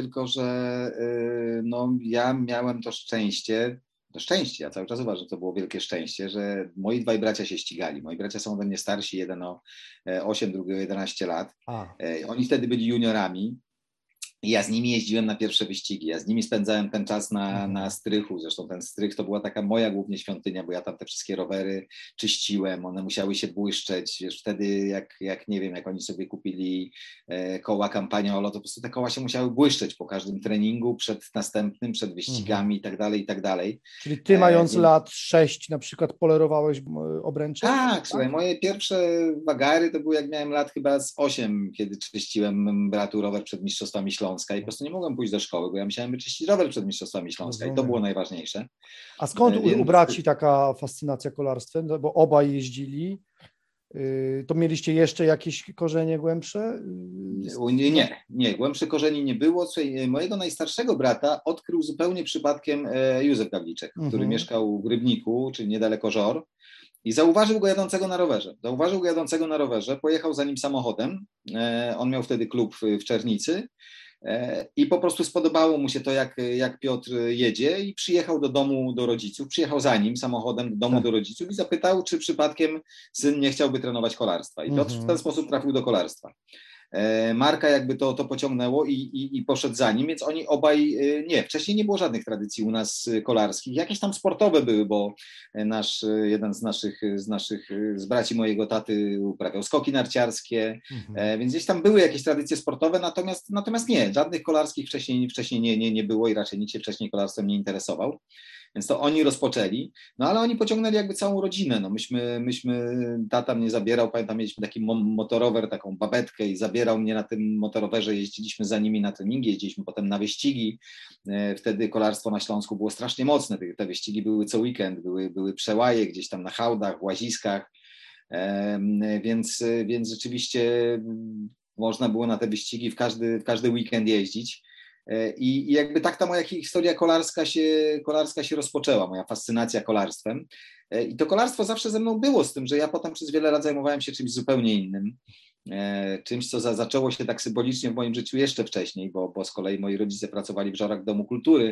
[SPEAKER 2] ja miałem to szczęście, ja cały czas uważam, że to było wielkie szczęście, że moi dwaj bracia się ścigali. Moi bracia są ode mnie starsi, jeden o 8, drugi o 11 lat. Oni wtedy byli juniorami. I ja z nimi jeździłem na pierwsze wyścigi, ja z nimi spędzałem ten czas na strychu, zresztą ten strych to była taka moja głównie świątynia, bo ja tam te wszystkie rowery czyściłem, one musiały się błyszczeć, wiesz, wtedy jak nie wiem, jak oni sobie kupili koła Campagnolo, to po prostu te koła się musiały błyszczeć po każdym treningu, przed następnym, przed wyścigami i tak dalej.
[SPEAKER 1] Czyli ty mając lat 6 na przykład polerowałeś obręcze?
[SPEAKER 2] Tak, słuchaj, moje pierwsze wagary to były jak miałem lat chyba z 8, kiedy czyściłem bratu rower przed Mistrzostwami Śląska i po prostu nie mogłem pójść do szkoły, bo ja musiałem wyczyścić rower przed Mistrzostwami Śląska. Rozumiem. I to było najważniejsze.
[SPEAKER 1] A skąd u braci taka fascynacja kolarstwem? Bo obaj jeździli. To mieliście jeszcze jakieś korzenie głębsze?
[SPEAKER 2] Nie, głębsze korzeni nie było. Słuchaj, mojego najstarszego brata odkrył zupełnie przypadkiem Józef Gawliczek, który mieszkał w Rybniku, czyli niedaleko Żor. I zauważył go jadącego na rowerze. Pojechał za nim samochodem. On miał wtedy klub w Czernicy. I po prostu spodobało mu się to, jak Piotr jedzie i przyjechał do domu do rodziców, przyjechał za nim samochodem do domu do rodziców i zapytał, czy przypadkiem syn nie chciałby trenować kolarstwa. I Piotr w ten sposób trafił do kolarstwa. Marka jakby to pociągnęło i poszedł za nim, więc oni obaj, wcześniej nie było żadnych tradycji u nas kolarskich, jakieś tam sportowe były, bo jeden z braci mojego taty uprawiał skoki narciarskie, więc gdzieś tam były jakieś tradycje sportowe, natomiast nie, żadnych kolarskich wcześniej nie było i raczej nikt się wcześniej kolarstwem nie interesował. Więc to oni rozpoczęli, ale oni pociągnęli jakby całą rodzinę. Tata mnie zabierał, pamiętam, mieliśmy taki motorower, taką babetkę i zabierał mnie na tym motorowerze, jeździliśmy za nimi na treningi, jeździliśmy potem na wyścigi. Wtedy kolarstwo na Śląsku było strasznie mocne, te wyścigi były co weekend, były przełaje gdzieś tam na hałdach, łaziskach, więc rzeczywiście można było na te wyścigi w każdy weekend jeździć. I jakby tak ta moja historia kolarska się rozpoczęła, moja fascynacja kolarstwem. I to kolarstwo zawsze ze mną było, z tym, że ja potem przez wiele lat zajmowałem się czymś zupełnie innym. Czymś, co zaczęło się tak symbolicznie w moim życiu jeszcze wcześniej, bo z kolei moi rodzice pracowali w Żorach w Domu Kultury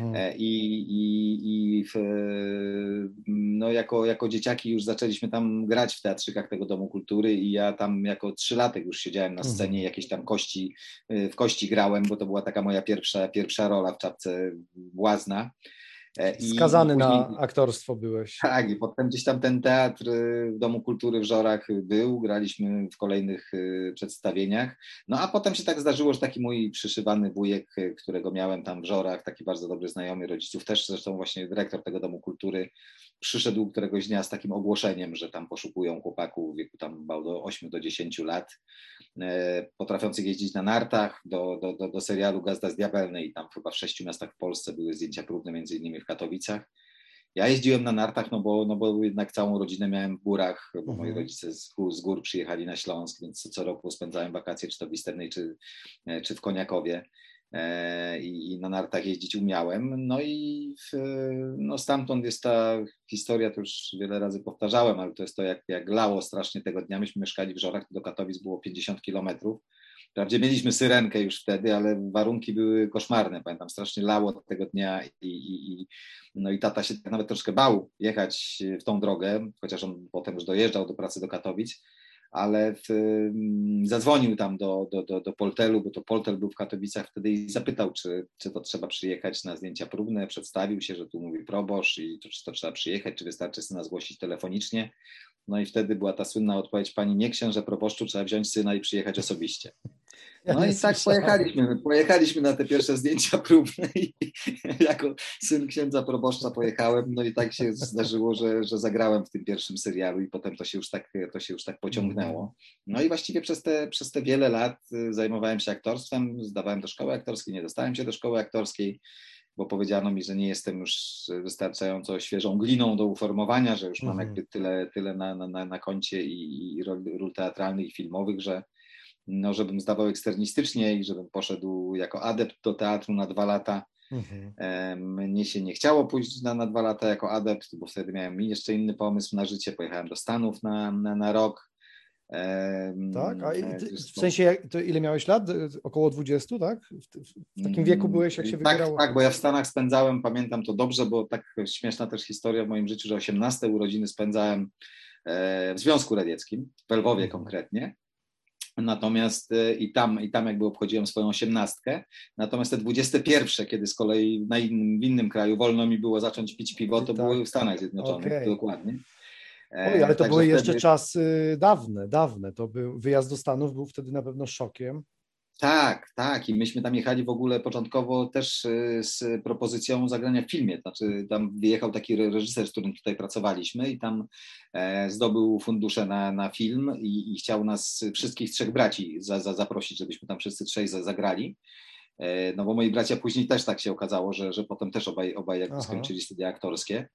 [SPEAKER 2] jako dzieciaki już zaczęliśmy tam grać w teatrzykach tego Domu Kultury i ja tam jako 3-latek już siedziałem na scenie, jakieś tam w kości grałem, bo to była taka moja pierwsza rola w Czapce Błazna.
[SPEAKER 1] Skazany na aktorstwo byłeś.
[SPEAKER 2] Tak, i potem gdzieś tam ten teatr w Domu Kultury w Żorach był, graliśmy w kolejnych przedstawieniach. A potem się tak zdarzyło, że taki mój przyszywany wujek, którego miałem tam w Żorach, taki bardzo dobry znajomy rodziców, też zresztą właśnie dyrektor tego Domu Kultury, przyszedł któregoś dnia z takim ogłoszeniem, że tam poszukują chłopaków w wieku tam do 8 do 10 lat, potrafiących jeździć na nartach do serialu Gazda z Diabelnej. I tam chyba w 6 miastach w Polsce były zdjęcia próbne, między innymi w Katowicach. Ja jeździłem na nartach, no bo jednak całą rodzinę miałem w górach, bo moi rodzice z gór przyjechali na Śląsk, więc co roku spędzałem wakacje, czy to w Wisternej, czy w Koniakowie. I na nartach jeździć umiałem. No stamtąd jest ta historia, to już wiele razy powtarzałem, ale to jest to, jak lało strasznie tego dnia. Myśmy mieszkali w Żorach, do Katowic było 50 kilometrów. Wprawdzie mieliśmy syrenkę już wtedy, ale warunki były koszmarne. Pamiętam, strasznie lało tego dnia no i tata się tak nawet troszkę bał jechać w tą drogę, chociaż on potem już dojeżdżał do pracy do Katowic, ale zadzwonił tam do Poltelu, bo to Poltel był w Katowicach wtedy i zapytał, czy to trzeba przyjechać na zdjęcia próbne. Przedstawił się, że tu mówi proboszcz i czy to trzeba przyjechać, czy wystarczy syna zgłosić telefonicznie. No i wtedy była ta słynna odpowiedź pani: nie księże proboszczu, trzeba wziąć syna i przyjechać osobiście. No i tak pojechaliśmy na te pierwsze zdjęcia próbne i jako syn księdza proboszcza pojechałem, no i tak się zdarzyło, że zagrałem w tym pierwszym serialu i potem to się już tak pociągnęło. No i właściwie przez te wiele lat zajmowałem się aktorstwem, zdawałem do szkoły aktorskiej, nie dostałem się do szkoły aktorskiej, bo powiedziano mi, że nie jestem już wystarczająco świeżą gliną do uformowania, że już mam jakby tyle na koncie i ról teatralnych i filmowych, że no, żebym zdawał eksternistycznie i żebym poszedł jako adept do teatru na 2 lata. Mnie się nie chciało pójść na 2 lata jako adept, bo wtedy miałem jeszcze inny pomysł na życie. Pojechałem do Stanów na rok.
[SPEAKER 1] Tak? A w sensie, to ile miałeś lat? Około 20, tak? W takim wieku byłeś, jak się wybierało?
[SPEAKER 2] Tak, bo ja w Stanach spędzałem, pamiętam to dobrze, bo tak śmieszna też historia w moim życiu, że 18 urodziny spędzałem w Związku Radzieckim, w Lwowie konkretnie. Natomiast i tam jakby obchodziłem swoją 18, natomiast te 21, kiedy z kolei w innym kraju wolno mi było zacząć pić piwo, to były w Stanach Zjednoczonych, dokładnie.
[SPEAKER 1] Oj, ale to były jeszcze czasy dawne. To był wyjazd do Stanów, był wtedy na pewno szokiem.
[SPEAKER 2] Tak. I myśmy tam jechali w ogóle początkowo też z propozycją zagrania w filmie. Znaczy tam wyjechał taki reżyser, z którym tutaj pracowaliśmy i tam zdobył fundusze na film i chciał nas wszystkich 3 braci zaprosić, żebyśmy tam wszyscy 3 zagrali. No bo moi bracia później też tak się okazało, że potem też obaj jakby skończyli studia aktorskie.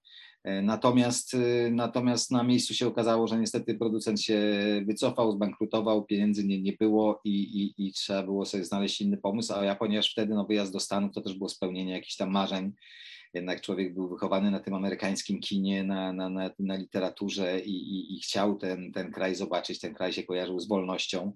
[SPEAKER 2] Natomiast na miejscu się okazało, że niestety producent się wycofał, zbankrutował, pieniędzy nie było i trzeba było sobie znaleźć inny pomysł, a ja, ponieważ wtedy wyjazd do Stanów to też było spełnienie jakichś tam marzeń, jednak człowiek był wychowany na tym amerykańskim kinie, na literaturze i chciał ten kraj zobaczyć, ten kraj się kojarzył z wolnością.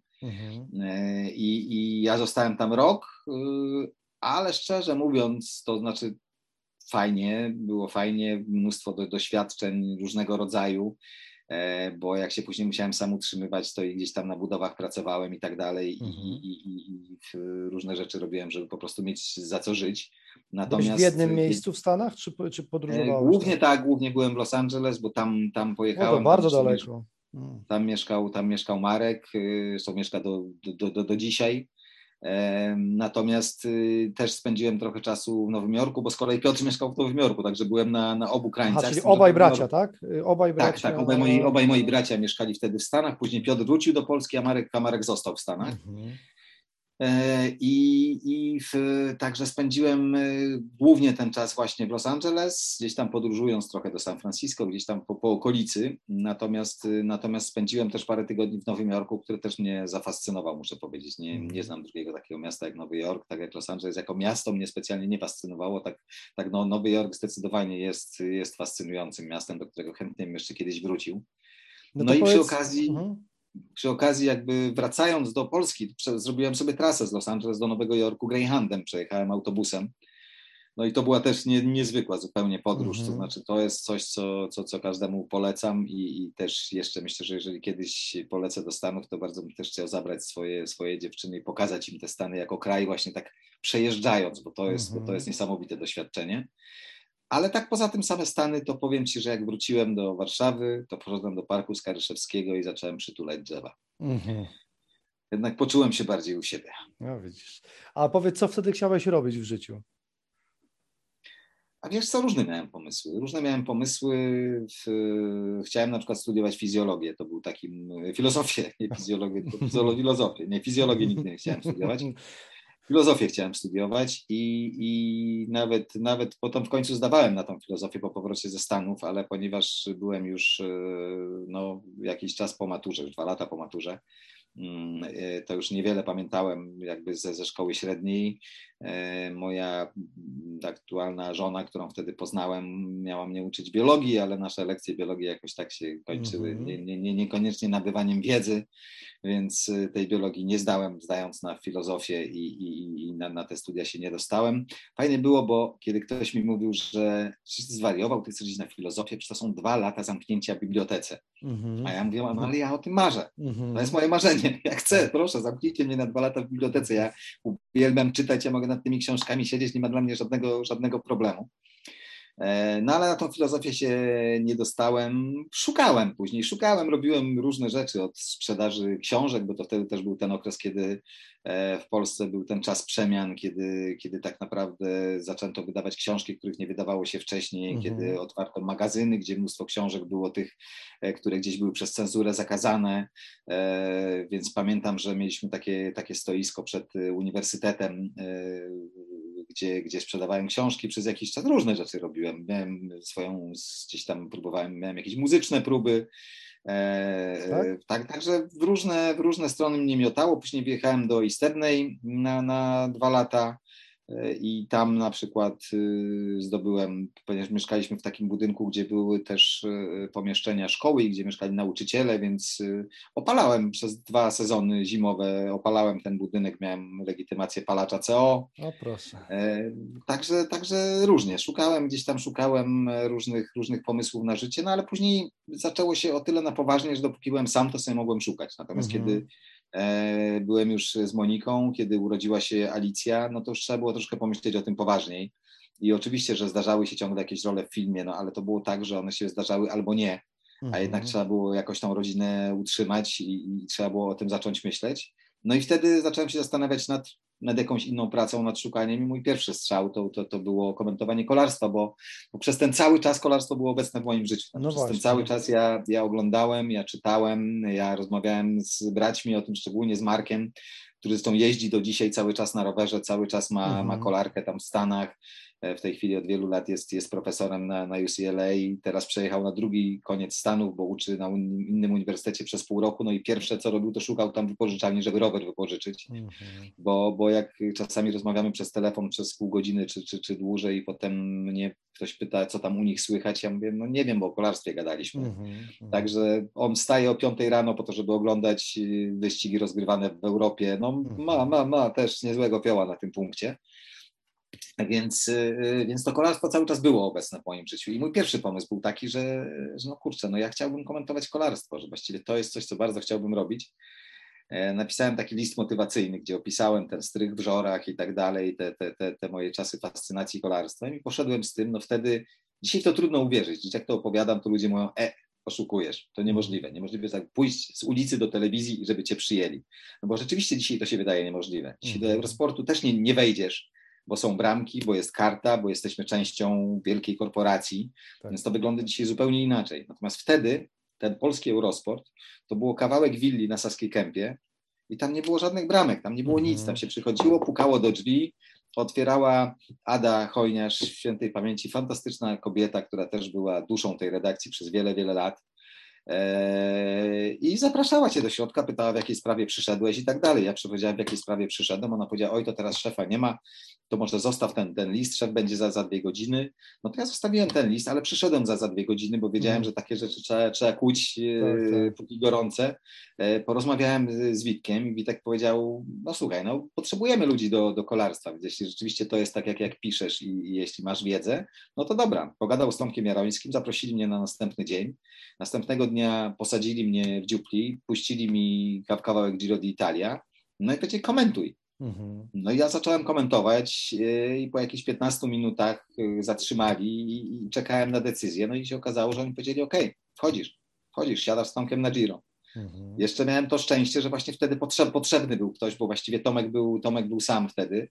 [SPEAKER 2] I ja zostałem tam rok, ale szczerze mówiąc, to znaczy było fajnie, mnóstwo doświadczeń różnego rodzaju, bo jak się później musiałem sam utrzymywać, to i gdzieś tam na budowach pracowałem i tak dalej i różne rzeczy robiłem, żeby po prostu mieć za co żyć.
[SPEAKER 1] Byłeś w jednym miejscu w Stanach, czy podróżowałeś?
[SPEAKER 2] Głównie byłem w Los Angeles, bo tam pojechałem.
[SPEAKER 1] To bardzo daleko.
[SPEAKER 2] Tam mieszkał Marek, zresztą mieszka do dzisiaj. Natomiast też spędziłem trochę czasu w Nowym Jorku, bo z kolei Piotr mieszkał w Nowym Jorku, także byłem na obu krańcach.
[SPEAKER 1] Czyli obaj bracia, tak?
[SPEAKER 2] Tak, obaj moi bracia mieszkali wtedy w Stanach, później Piotr wrócił do Polski, a Marek został w Stanach. Także spędziłem głównie ten czas właśnie w Los Angeles, gdzieś tam podróżując trochę do San Francisco, gdzieś tam po okolicy, natomiast spędziłem też parę tygodni w Nowym Jorku, który też mnie zafascynował, muszę powiedzieć. Nie znam drugiego takiego miasta jak Nowy Jork, tak jak Los Angeles jako miasto mnie specjalnie nie fascynowało, Nowy Jork zdecydowanie jest fascynującym miastem, do którego chętnie bym jeszcze kiedyś wrócił. No i przy okazji jakby wracając do Polski, zrobiłem sobie trasę z Los Angeles do Nowego Jorku Greyhoundem, przejechałem autobusem. No i to była też niezwykła zupełnie podróż, to znaczy to jest coś, co każdemu polecam i też jeszcze myślę, że jeżeli kiedyś polecę do Stanów, to bardzo bym też chciał zabrać swoje dziewczyny i pokazać im te Stany jako kraj właśnie tak przejeżdżając, bo to jest niesamowite doświadczenie. Ale tak poza tym same Stany, to powiem Ci, że jak wróciłem do Warszawy, to poszedłem do Parku Skaryszewskiego i zacząłem przytulać drzewa. Jednak poczułem się bardziej u siebie.
[SPEAKER 1] No widzisz. A powiedz, co wtedy chciałeś robić w życiu?
[SPEAKER 2] A wiesz co, różne miałem pomysły. Chciałem na przykład studiować fizjologię, to był takim, filozofię, nie fizjologię, filozofię, nie, fizjologię nigdy nie chciałem studiować. Filozofię chciałem studiować i nawet potem w końcu zdawałem na tą filozofię po powrocie ze Stanów, ale ponieważ byłem już no, jakiś czas po maturze, już 2 lata po maturze, to już niewiele pamiętałem jakby ze szkoły średniej. Moja aktualna żona, którą wtedy poznałem, miała mnie uczyć biologii, ale nasze lekcje biologii jakoś tak się kończyły niekoniecznie nabywaniem wiedzy, więc tej biologii nie zdałem, zdając na filozofię i na te studia się nie dostałem. Fajnie było, bo kiedy ktoś mi mówił, że ty zwariował, ty chcesz iść na filozofię, przecież to są 2 lata zamknięcia w bibliotece. A ja mówię, no ale ja o tym marzę. To jest moje marzenie. Ja chcę, proszę, zamknijcie mnie na 2 lata w bibliotece. Ja uwielbiam czytać, ja mogę nad tymi książkami siedzieć, nie ma dla mnie żadnego problemu. No ale na tą filozofię się nie dostałem. Szukałem, robiłem różne rzeczy od sprzedaży książek, bo to wtedy też był ten okres, kiedy w Polsce był ten czas przemian, kiedy tak naprawdę zaczęto wydawać książki, których nie wydawało się wcześniej, kiedy otwarto magazyny, gdzie mnóstwo książek było tych, które gdzieś były przez cenzurę zakazane, więc pamiętam, że mieliśmy takie stoisko przed uniwersytetem, gdzie sprzedawałem książki przez jakiś czas, różne rzeczy robiłem. Miałem gdzieś tam miałem jakieś muzyczne próby. Także w różne strony mnie miotało. Później wyjechałem do Easterney na 2 lata i tam na przykład zdobyłem, ponieważ mieszkaliśmy w takim budynku, gdzie były też pomieszczenia szkoły i gdzie mieszkali nauczyciele, więc opalałem przez 2 sezony zimowe, opalałem ten budynek, miałem legitymację palacza CO.
[SPEAKER 1] O proszę.
[SPEAKER 2] Także różnie. Szukałem różnych pomysłów na życie, no ale później zaczęło się o tyle na poważnie, że dopóki byłem sam, to sobie mogłem szukać. Natomiast kiedy byłem już z Moniką, kiedy urodziła się Alicja, no to już trzeba było troszkę pomyśleć o tym poważniej. I oczywiście, że zdarzały się ciągle jakieś role w filmie, no ale to było tak, że one się zdarzały albo nie, a jednak trzeba było jakoś tą rodzinę utrzymać i trzeba było o tym zacząć myśleć. No i wtedy zacząłem się zastanawiać nad jakąś inną pracą, nad szukaniem i mój pierwszy strzał to było komentowanie kolarstwa, bo przez ten cały czas kolarstwo było obecne w moim życiu. Przez ten cały czas ja oglądałem, ja czytałem, ja rozmawiałem z braćmi o tym, szczególnie z Markiem, który zresztą jeździ do dzisiaj cały czas na rowerze, cały czas ma kolarkę tam w Stanach. W tej chwili od wielu lat jest profesorem na UCLA i teraz przejechał na drugi koniec Stanów, bo uczy na innym uniwersytecie przez pół roku. No i pierwsze co robił, to szukał tam wypożyczalni, żeby rower wypożyczyć, bo jak czasami rozmawiamy przez telefon przez pół godziny czy dłużej i potem mnie ktoś pyta, co tam u nich słychać, ja mówię, no nie wiem, bo o kolarstwie gadaliśmy. Także on wstaje o 5 rano po to, żeby oglądać wyścigi rozgrywane w Europie. No ma też niezłego fioła na tym punkcie. Więc to kolarstwo cały czas było obecne w moim życiu. I mój pierwszy pomysł był taki, że no kurczę, no ja chciałbym komentować kolarstwo, że właściwie to jest coś, co bardzo chciałbym robić. Napisałem taki list motywacyjny, gdzie opisałem ten strych w żorach i tak dalej, te moje czasy fascynacji kolarstwem i poszedłem z tym. No wtedy, dzisiaj to trudno uwierzyć, jak to opowiadam, to ludzie mówią, oszukujesz, to niemożliwe tak pójść z ulicy do telewizji i żeby cię przyjęli. No bo rzeczywiście dzisiaj to się wydaje niemożliwe. Dzisiaj do Eurosportu też nie wejdziesz, bo są bramki, bo jest karta, bo jesteśmy częścią wielkiej korporacji, więc to wygląda dzisiaj zupełnie inaczej. Natomiast wtedy ten polski Eurosport to było kawałek willi na Saskiej Kępie i tam nie było żadnych bramek, tam nie było nic, tam się przychodziło, pukało do drzwi, otwierała Ada Chojniarz, świętej pamięci, fantastyczna kobieta, która też była duszą tej redakcji przez wiele, wiele lat. I zapraszała cię do środka, pytała, w jakiej sprawie przyszedłeś i tak dalej. Ja powiedziałem, w jakiej sprawie przyszedłem. Ona powiedziała, oj, to teraz szefa nie ma, to może zostaw ten list, szef będzie za 2 godziny. No to ja zostawiłem ten list, ale przyszedłem za 2 godziny, bo wiedziałem, że takie rzeczy trzeba kłuć póki gorące. Porozmawiałem z Witkiem i Witek powiedział, no słuchaj, no potrzebujemy ludzi do kolarstwa, więc jeśli rzeczywiście to jest tak, jak piszesz i jeśli masz wiedzę, no to dobra. Pogadał z Tomkiem Jarońskim, zaprosili mnie na następny dzień. Następnego dnia posadzili mnie w dziupli, puścili mi kawałek Giro d'Italia, no i powiedzieli, komentuj. No i ja zacząłem komentować i po jakichś 15 minutach zatrzymali i czekałem na decyzję. No i się okazało, że oni powiedzieli, okej, wchodzisz, siadasz z Tomkiem na Giro. Jeszcze miałem to szczęście, że właśnie wtedy potrzebny był ktoś, bo właściwie Tomek był sam wtedy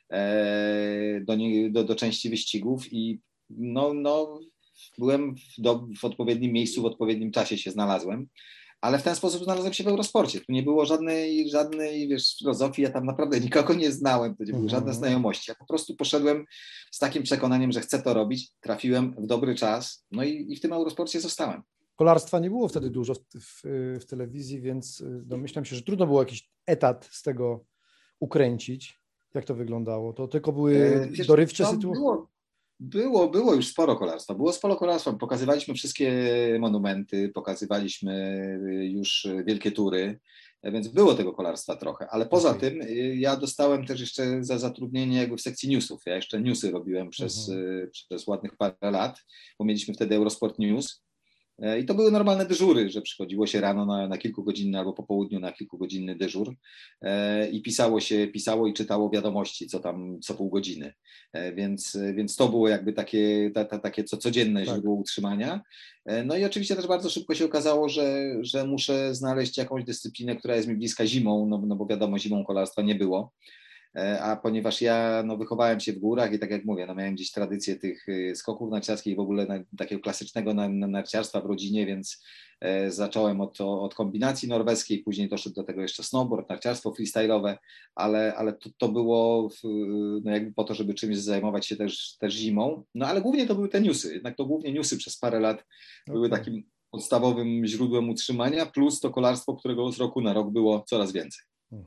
[SPEAKER 2] do części wyścigów i no byłem w odpowiednim miejscu, w odpowiednim czasie się znalazłem. ale w ten sposób znalazłem się w Eurosporcie. Tu nie było żadnej wiesz, filozofii, ja tam naprawdę nikogo nie znałem, to nie były żadne znajomości. Ja po prostu poszedłem z takim przekonaniem, że chcę to robić, trafiłem w dobry czas, no i w tym Eurosporcie zostałem.
[SPEAKER 1] Kolarstwa nie było wtedy dużo w telewizji, więc domyślam się, że trudno było jakiś etat z tego ukręcić. Jak to wyglądało? To tylko były dorywcze sytuacje?
[SPEAKER 2] Było już sporo kolarstwa. Było sporo kolarstwa. Pokazywaliśmy wszystkie monumenty, pokazywaliśmy już wielkie tury, więc było tego kolarstwa trochę. Ale poza tym ja dostałem też jeszcze za zatrudnienie jakby w sekcji newsów. Ja jeszcze newsy robiłem przez ładnych parę lat, bo mieliśmy wtedy Eurosport News. I to były normalne dyżury, że przychodziło się rano na kilkugodzinny albo po południu na kilkugodzinny dyżur i pisało i czytało wiadomości co pół godziny. Więc to było jakby takie codzienne źródło utrzymania. No i oczywiście też bardzo szybko się okazało, że muszę znaleźć jakąś dyscyplinę, która jest mi bliska zimą, no bo wiadomo, zimą kolarstwa nie było. A ponieważ ja wychowałem się w górach i tak jak mówię, miałem gdzieś tradycję tych skoków narciarskich, w ogóle takiego klasycznego narciarstwa w rodzinie, więc zacząłem od kombinacji norweskiej, później doszedł do tego jeszcze snowboard, narciarstwo freestyle'owe, ale to było jakby po to, żeby czymś zajmować się też zimą, no ale głównie to były te newsy, jednak to głównie newsy przez parę lat były takim podstawowym źródłem utrzymania, plus to kolarstwo, którego z roku na rok było coraz więcej.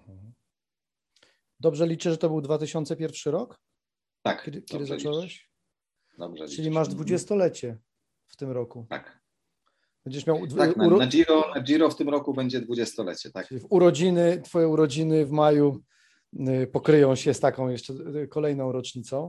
[SPEAKER 1] Dobrze liczę, że to był 2001 rok?
[SPEAKER 2] Tak.
[SPEAKER 1] Kiedy zacząłeś?
[SPEAKER 2] Dobrze
[SPEAKER 1] Czyli masz 20-lecie w tym roku.
[SPEAKER 2] Tak.
[SPEAKER 1] Będziesz miał...
[SPEAKER 2] Tak, na Giro w tym roku będzie 20-lecie, tak.
[SPEAKER 1] Czyli twoje urodziny w maju pokryją się z taką jeszcze kolejną rocznicą.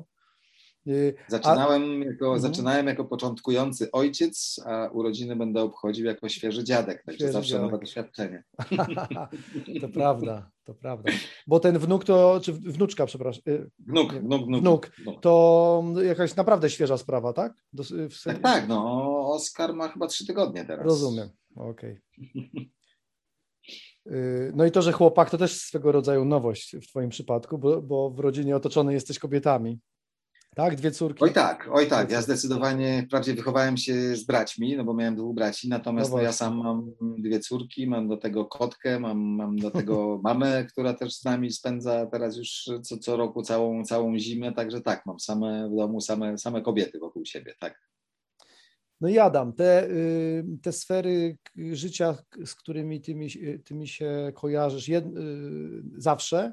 [SPEAKER 2] Zaczynałem jako początkujący ojciec, a urodziny będę obchodził jako świeży dziadek, także zawsze nowe doświadczenie.
[SPEAKER 1] To prawda. Bo ten czy wnuczka, przepraszam. Wnuk. To jakaś naprawdę świeża sprawa, tak?
[SPEAKER 2] Tak, Oskar ma chyba 3 tygodnie teraz.
[SPEAKER 1] Rozumiem, okej. No i to, że chłopak, to też swego rodzaju nowość w twoim przypadku, bo w rodzinie otoczony jesteś kobietami. Tak, 2 córki?
[SPEAKER 2] Oj tak, ja zdecydowanie, wprawdzie wychowałem się z braćmi, no bo miałem 2 braci, natomiast ja sam mam 2 córki, mam do tego kotkę, mam do tego mamę, która też z nami spędza teraz już co roku całą zimę, także tak, mam w domu same kobiety wokół siebie, tak.
[SPEAKER 1] No i Adam, te sfery życia, z którymi ty mi się kojarzysz zawsze,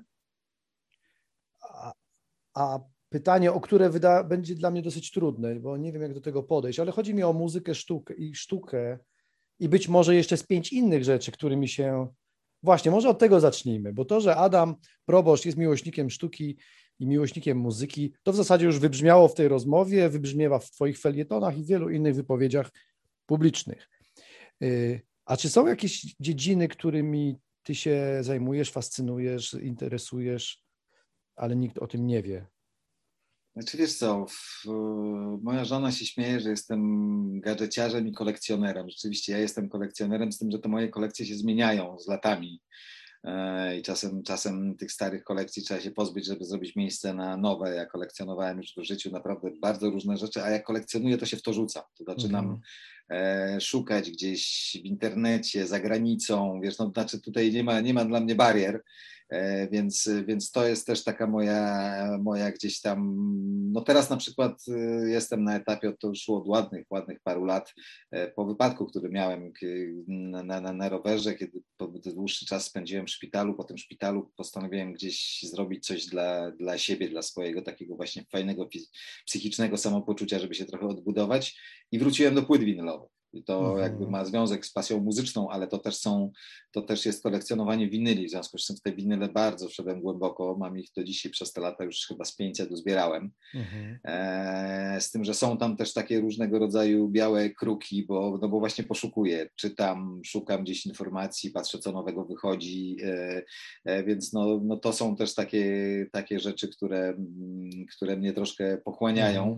[SPEAKER 1] a pytanie, o które będzie dla mnie dosyć trudne, bo nie wiem, jak do tego podejść, ale chodzi mi o muzykę, sztukę i być może jeszcze z 5 innych rzeczy, którymi się... Właśnie, może od tego zacznijmy, bo to, że Adam Proboszcz jest miłośnikiem sztuki i miłośnikiem muzyki, to w zasadzie już wybrzmiało w tej rozmowie, wybrzmiewa w twoich felietonach i wielu innych wypowiedziach publicznych. A czy są jakieś dziedziny, którymi ty się zajmujesz, fascynujesz, interesujesz, ale nikt o tym nie wie?
[SPEAKER 2] Znaczy wiesz co, moja żona się śmieje, że jestem gadżeciarzem i kolekcjonerem. Rzeczywiście ja jestem kolekcjonerem, z tym, że te moje kolekcje się zmieniają z latami i czasem tych starych kolekcji trzeba się pozbyć, żeby zrobić miejsce na nowe. Ja kolekcjonowałem już w życiu naprawdę bardzo różne rzeczy, a jak kolekcjonuję, to się w to rzucam. To zaczynam szukać gdzieś w internecie, za granicą, wiesz, znaczy tutaj nie ma dla mnie barier. Więc to jest też taka moja gdzieś tam, no teraz na przykład jestem na etapie, to już od ładnych paru lat po wypadku, który miałem na rowerze, kiedy dłuższy czas spędziłem w szpitalu, po tym szpitalu postanowiłem gdzieś zrobić coś dla siebie, dla swojego takiego właśnie fajnego psychicznego samopoczucia, żeby się trochę odbudować i wróciłem do płyt winylowych. I to jakby ma związek z pasją muzyczną, ale to też jest kolekcjonowanie winyli, w związku z czym w te winyle bardzo wszedłem głęboko, mam ich do dzisiaj przez te lata już chyba z 500 uzbierałem. Z tym, że są tam też takie różnego rodzaju białe kruki, bo właśnie poszukuję, czytam, szukam gdzieś informacji, patrzę co nowego wychodzi, więc no to są też takie rzeczy, które mnie troszkę pochłaniają.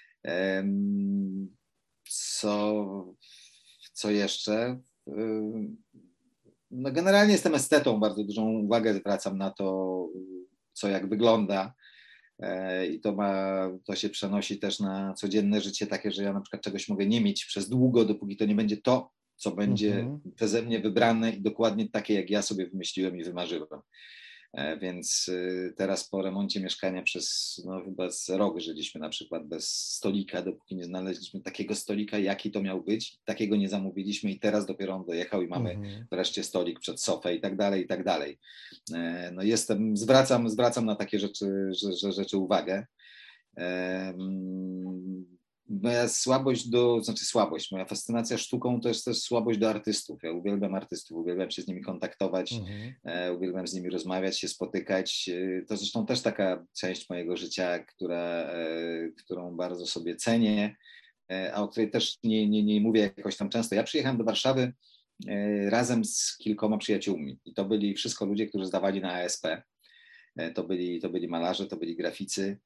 [SPEAKER 2] Co jeszcze? No generalnie jestem estetą, bardzo dużą uwagę zwracam na to, co jak wygląda i to się przenosi też na codzienne życie takie, że ja na przykład czegoś mogę nie mieć przez długo, dopóki to nie będzie to, co będzie przeze mnie wybrane i dokładnie takie, jak ja sobie wymyśliłem i wymarzyłem. Więc teraz po remoncie mieszkania przez chyba z rok żyliśmy na przykład bez stolika, dopóki nie znaleźliśmy takiego stolika, jaki to miał być. Takiego nie zamówiliśmy i teraz dopiero on dojechał i mamy wreszcie stolik przed sofę i tak dalej, i tak dalej. No zwracam na takie rzeczy uwagę. Moja moja fascynacja sztuką to jest też słabość do artystów. Ja uwielbiam artystów, uwielbiam się z nimi kontaktować, uwielbiam z nimi rozmawiać, się spotykać. To zresztą też taka część mojego życia, którą bardzo sobie cenię, a o której też nie mówię jakoś tam często. Ja przyjechałem do Warszawy razem z kilkoma przyjaciółmi i to byli wszystko ludzie, którzy zdawali na ASP. To byli malarze, to byli graficy.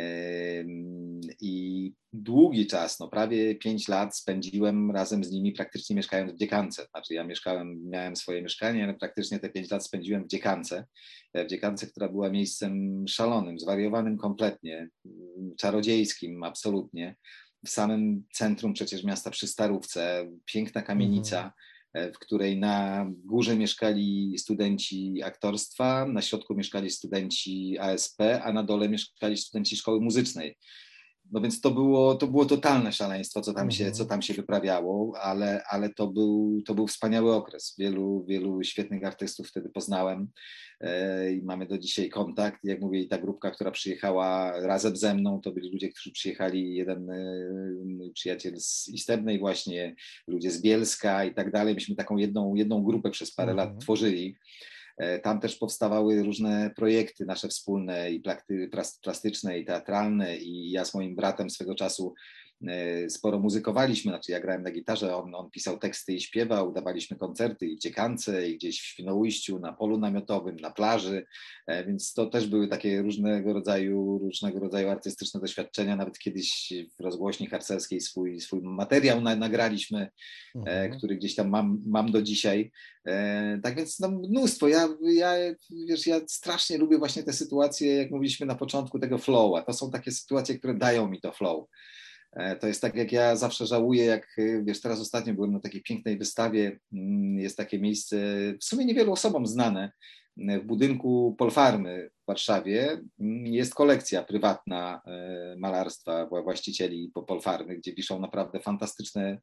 [SPEAKER 2] I długi czas, prawie 5 lat spędziłem razem z nimi, praktycznie mieszkając w Dziekance. Znaczy ja miałem swoje mieszkanie, ale praktycznie te 5 lat spędziłem w Dziekance, która była miejscem szalonym, zwariowanym kompletnie, czarodziejskim absolutnie. W samym centrum przecież miasta przy Starówce, piękna kamienica, w której na górze mieszkali studenci aktorstwa, na środku mieszkali studenci ASP, a na dole mieszkali studenci szkoły muzycznej. No więc to było totalne szaleństwo, co tam się wyprawiało, ale to był wspaniały okres. Wielu świetnych artystów wtedy poznałem i mamy do dzisiaj kontakt. Jak mówię, i ta grupka, która przyjechała razem ze mną, to byli ludzie, którzy przyjechali, jeden mój przyjaciel z Istebnej właśnie, ludzie z Bielska i tak dalej. Myśmy taką jedną grupę przez parę lat tworzyli. Tam też powstawały różne projekty nasze wspólne i plastyczne i teatralne i ja z moim bratem swego czasu sporo muzykowaliśmy, znaczy ja grałem na gitarze, on pisał teksty i śpiewał, dawaliśmy koncerty i w Dziekance, i gdzieś w Świnoujściu, na polu namiotowym, na plaży, więc to też były takie różnego rodzaju artystyczne doświadczenia, nawet kiedyś w rozgłośni harcerskiej swój materiał nagraliśmy, który gdzieś tam mam do dzisiaj. Tak więc mnóstwo. Ja strasznie lubię właśnie te sytuacje, jak mówiliśmy na początku, tego flow, to są takie sytuacje, które dają mi to flow. To jest tak, jak ja zawsze żałuję, teraz ostatnio byłem na takiej pięknej wystawie, jest takie miejsce, w sumie niewielu osobom znane, w budynku Polfarmy w Warszawie jest kolekcja prywatna malarstwa właścicieli Polfarmy, gdzie wiszą naprawdę fantastyczne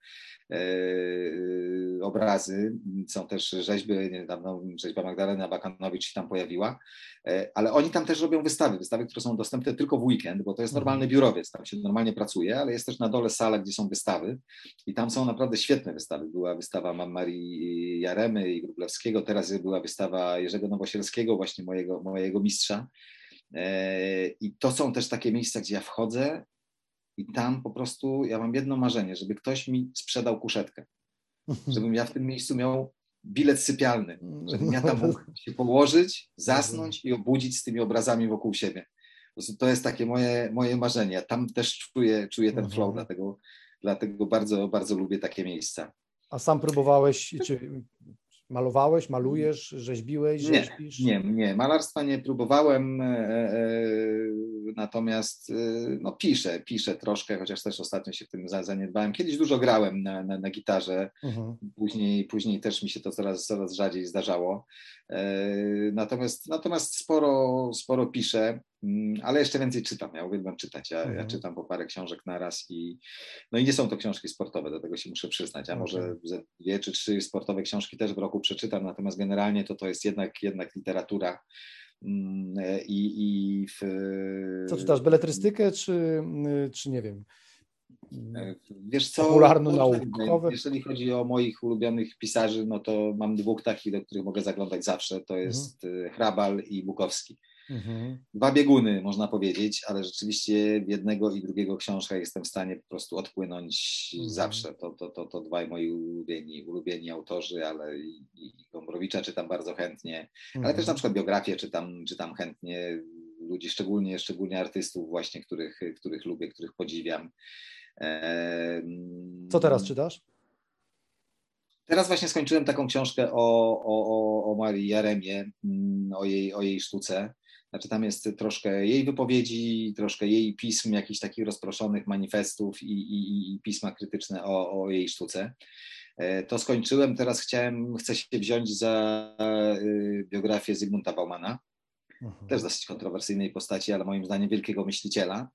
[SPEAKER 2] obrazy. Są też rzeźby, niedawno rzeźba Magdaleny Abakanowicz się tam pojawiła, ale oni tam też robią wystawy, które są dostępne tylko w weekend, bo to jest normalny biurowiec, tam się normalnie pracuje, ale jest też na dole sala, gdzie są wystawy i tam są naprawdę świetne wystawy. Była wystawa Marii Jaremy i Grublewskiego, teraz była wystawa Jerzego Nowosielskiego, właśnie mojego mistrza. I to są też takie miejsca, gdzie ja wchodzę i tam po prostu ja mam jedno marzenie, żeby ktoś mi sprzedał kuszetkę, żebym ja w tym miejscu miał bilet sypialny, żebym ja tam mógł się położyć, zasnąć i obudzić z tymi obrazami wokół siebie. To jest takie moje marzenie. Ja tam też czuję ten flow, dlatego bardzo, bardzo lubię takie miejsca.
[SPEAKER 1] A sam próbowałeś, czy malowałeś, malujesz, rzeźbisz?
[SPEAKER 2] Nie. Malarstwa nie próbowałem, natomiast piszę troszkę, chociaż też ostatnio się tym zaniedbałem. Kiedyś dużo grałem na gitarze, później też mi się to coraz rzadziej zdarzało. Natomiast sporo piszę, ale jeszcze więcej czytam. Ja uwielbiam czytać. Ja czytam po parę książek naraz i nie są to książki sportowe, do tego się muszę przyznać. A może 2 czy 3 sportowe książki też w roku przeczytam, natomiast generalnie to jest jednak literatura.
[SPEAKER 1] Co czytasz, beletrystykę czy nie wiem?
[SPEAKER 2] Wiesz co,
[SPEAKER 1] popularno-naukowe?
[SPEAKER 2] jeżeli chodzi o moich ulubionych pisarzy, to mam 2 takich, do których mogę zaglądać zawsze, to jest Hrabal i Bukowski. 2 bieguny, można powiedzieć, ale rzeczywiście w jednego i drugiego książka jestem w stanie po prostu odpłynąć zawsze. To 2 moi ulubieni autorzy, ale i Gombrowicza czytam bardzo chętnie, ale też na przykład biografię czytam chętnie ludzi, szczególnie artystów właśnie, których lubię, których podziwiam.
[SPEAKER 1] Co teraz czytasz?
[SPEAKER 2] Teraz właśnie skończyłem taką książkę o Marii Jaremie, o jej sztuce. Znaczy tam jest troszkę jej wypowiedzi, troszkę jej pism, jakichś takich rozproszonych manifestów i pisma krytyczne o jej sztuce. To skończyłem, teraz chcę się wziąć za biografię Zygmunta Baumana, też dosyć kontrowersyjnej postaci, ale moim zdaniem wielkiego myśliciela,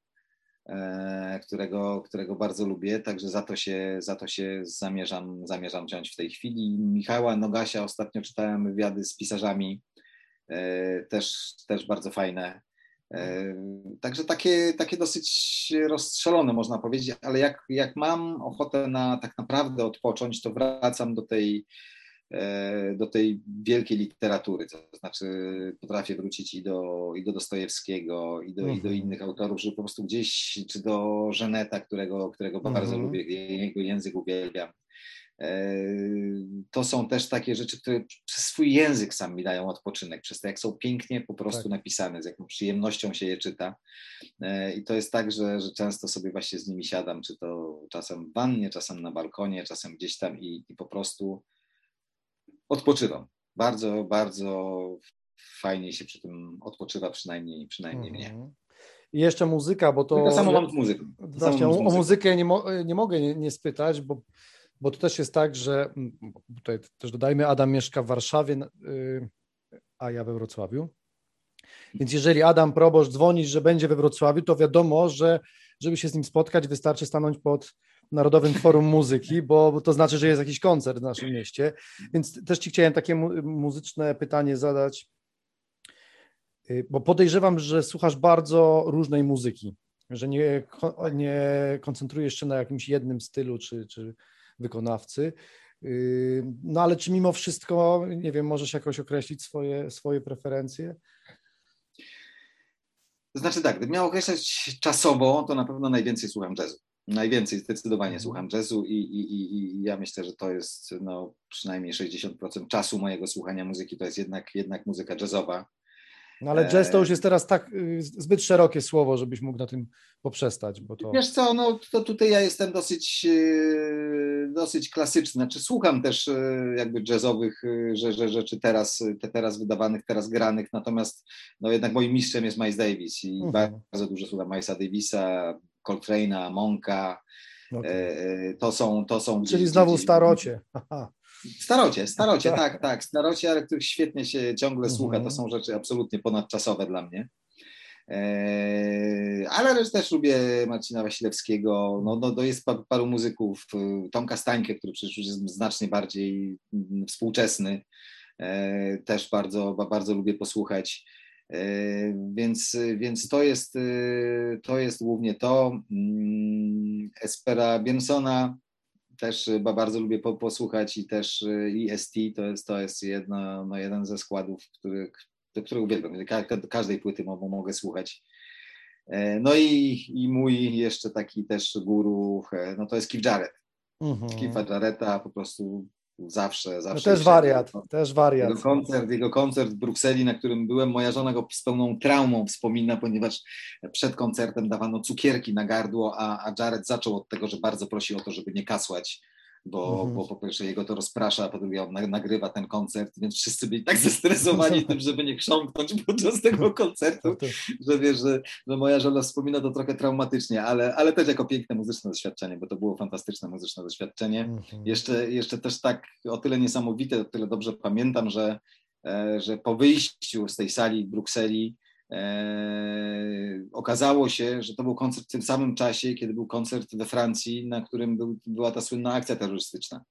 [SPEAKER 2] którego bardzo lubię, także za to się zamierzam wziąć w tej chwili. Michała Nogasia ostatnio czytałem wywiady z pisarzami, też bardzo fajne. Także takie dosyć rozstrzelone, można powiedzieć, ale jak mam ochotę tak naprawdę odpocząć, to wracam do tej wielkiej literatury, to znaczy potrafię wrócić i do Dostojewskiego, i do innych autorów, że po prostu gdzieś, czy do Żeneta, którego bardzo lubię, jego język uwielbiam. To są też takie rzeczy, które przez swój język sam mi dają odpoczynek, przez to jak są pięknie po prostu napisane, z jaką przyjemnością się je czyta. I to jest tak, że często sobie właśnie z nimi siadam, czy to czasem w wannie, czasem na balkonie, czasem gdzieś tam i po prostu odpoczywam. Bardzo, bardzo fajnie się przy tym odpoczywa, przynajmniej mnie.
[SPEAKER 1] I jeszcze muzyka, bo to...
[SPEAKER 2] Tak samo mam z muzyką.
[SPEAKER 1] Właśnie o muzykę nie mogę nie spytać, bo to też jest tak, że tutaj też dodajmy, Adam mieszka w Warszawie, a ja we Wrocławiu. Więc jeżeli Adam Proboszcz dzwoni, że będzie we Wrocławiu, to wiadomo, że żeby się z nim spotkać, wystarczy stanąć pod Narodowym Forum Muzyki, bo to znaczy, że jest jakiś koncert w naszym mieście. Więc też ci chciałem takie muzyczne pytanie zadać, bo podejrzewam, że słuchasz bardzo różnej muzyki, że nie koncentrujesz się na jakimś jednym stylu czy wykonawcy. No ale czy mimo wszystko, nie wiem, możesz jakoś określić swoje preferencje?
[SPEAKER 2] To znaczy tak, gdybym miał określać czasowo, to na pewno najwięcej słucham jazzu. Najwięcej zdecydowanie słucham jazzu i ja myślę, że to jest przynajmniej 60% czasu mojego słuchania muzyki, to jest jednak muzyka jazzowa.
[SPEAKER 1] No ale jazz to już jest teraz tak zbyt szerokie słowo, żebyś mógł na tym poprzestać, bo to...
[SPEAKER 2] Wiesz co, no to tutaj ja jestem dosyć klasyczny, znaczy słucham też jakby jazzowych rzeczy teraz wydawanych, teraz granych, natomiast no jednak moim mistrzem jest Miles Davis i bardzo dużo słucham Milesa Davisa, Coltrane'a, Monka, to są
[SPEAKER 1] Czyli znowu starocie.
[SPEAKER 2] Starocie, tak, starocie, ale których świetnie się ciągle słucha, to są rzeczy absolutnie ponadczasowe dla mnie. Ale też lubię Marcina Wasilewskiego, no jest paru muzyków, Tomka Stańkę, który przecież już jest znacznie bardziej współczesny, też bardzo, bardzo lubię posłuchać, więc to jest głównie to. Espera Bensona też bardzo lubię posłuchać i też EST to jest jeden ze składów, do których uwielbiam. Każdej płyty mogę słuchać. No i mój jeszcze taki też guru, no to jest Keith Jarrett. Keitha Jarretta po prostu zawsze.
[SPEAKER 1] No też wariat.
[SPEAKER 2] Jego koncert w Brukseli, na którym byłem, moja żona go z pełną traumą wspomina, ponieważ przed koncertem dawano cukierki na gardło, a Jarrett zaczął od tego, że bardzo prosi o to, żeby nie kasłać, bo po pierwsze jego to rozprasza, a po drugie on nagrywa ten koncert, więc wszyscy byli tak zestresowani tym, żeby nie chrząknąć podczas tego koncertu, że wiesz, że moja żona wspomina to trochę traumatycznie, ale też jako piękne muzyczne doświadczenie, bo to było fantastyczne muzyczne doświadczenie. Jeszcze też tak o tyle niesamowite, o tyle dobrze pamiętam, że po wyjściu z tej sali w Brukseli okazało się, że to był koncert w tym samym czasie, kiedy był koncert we Francji, na którym była ta słynna akcja terrorystyczna.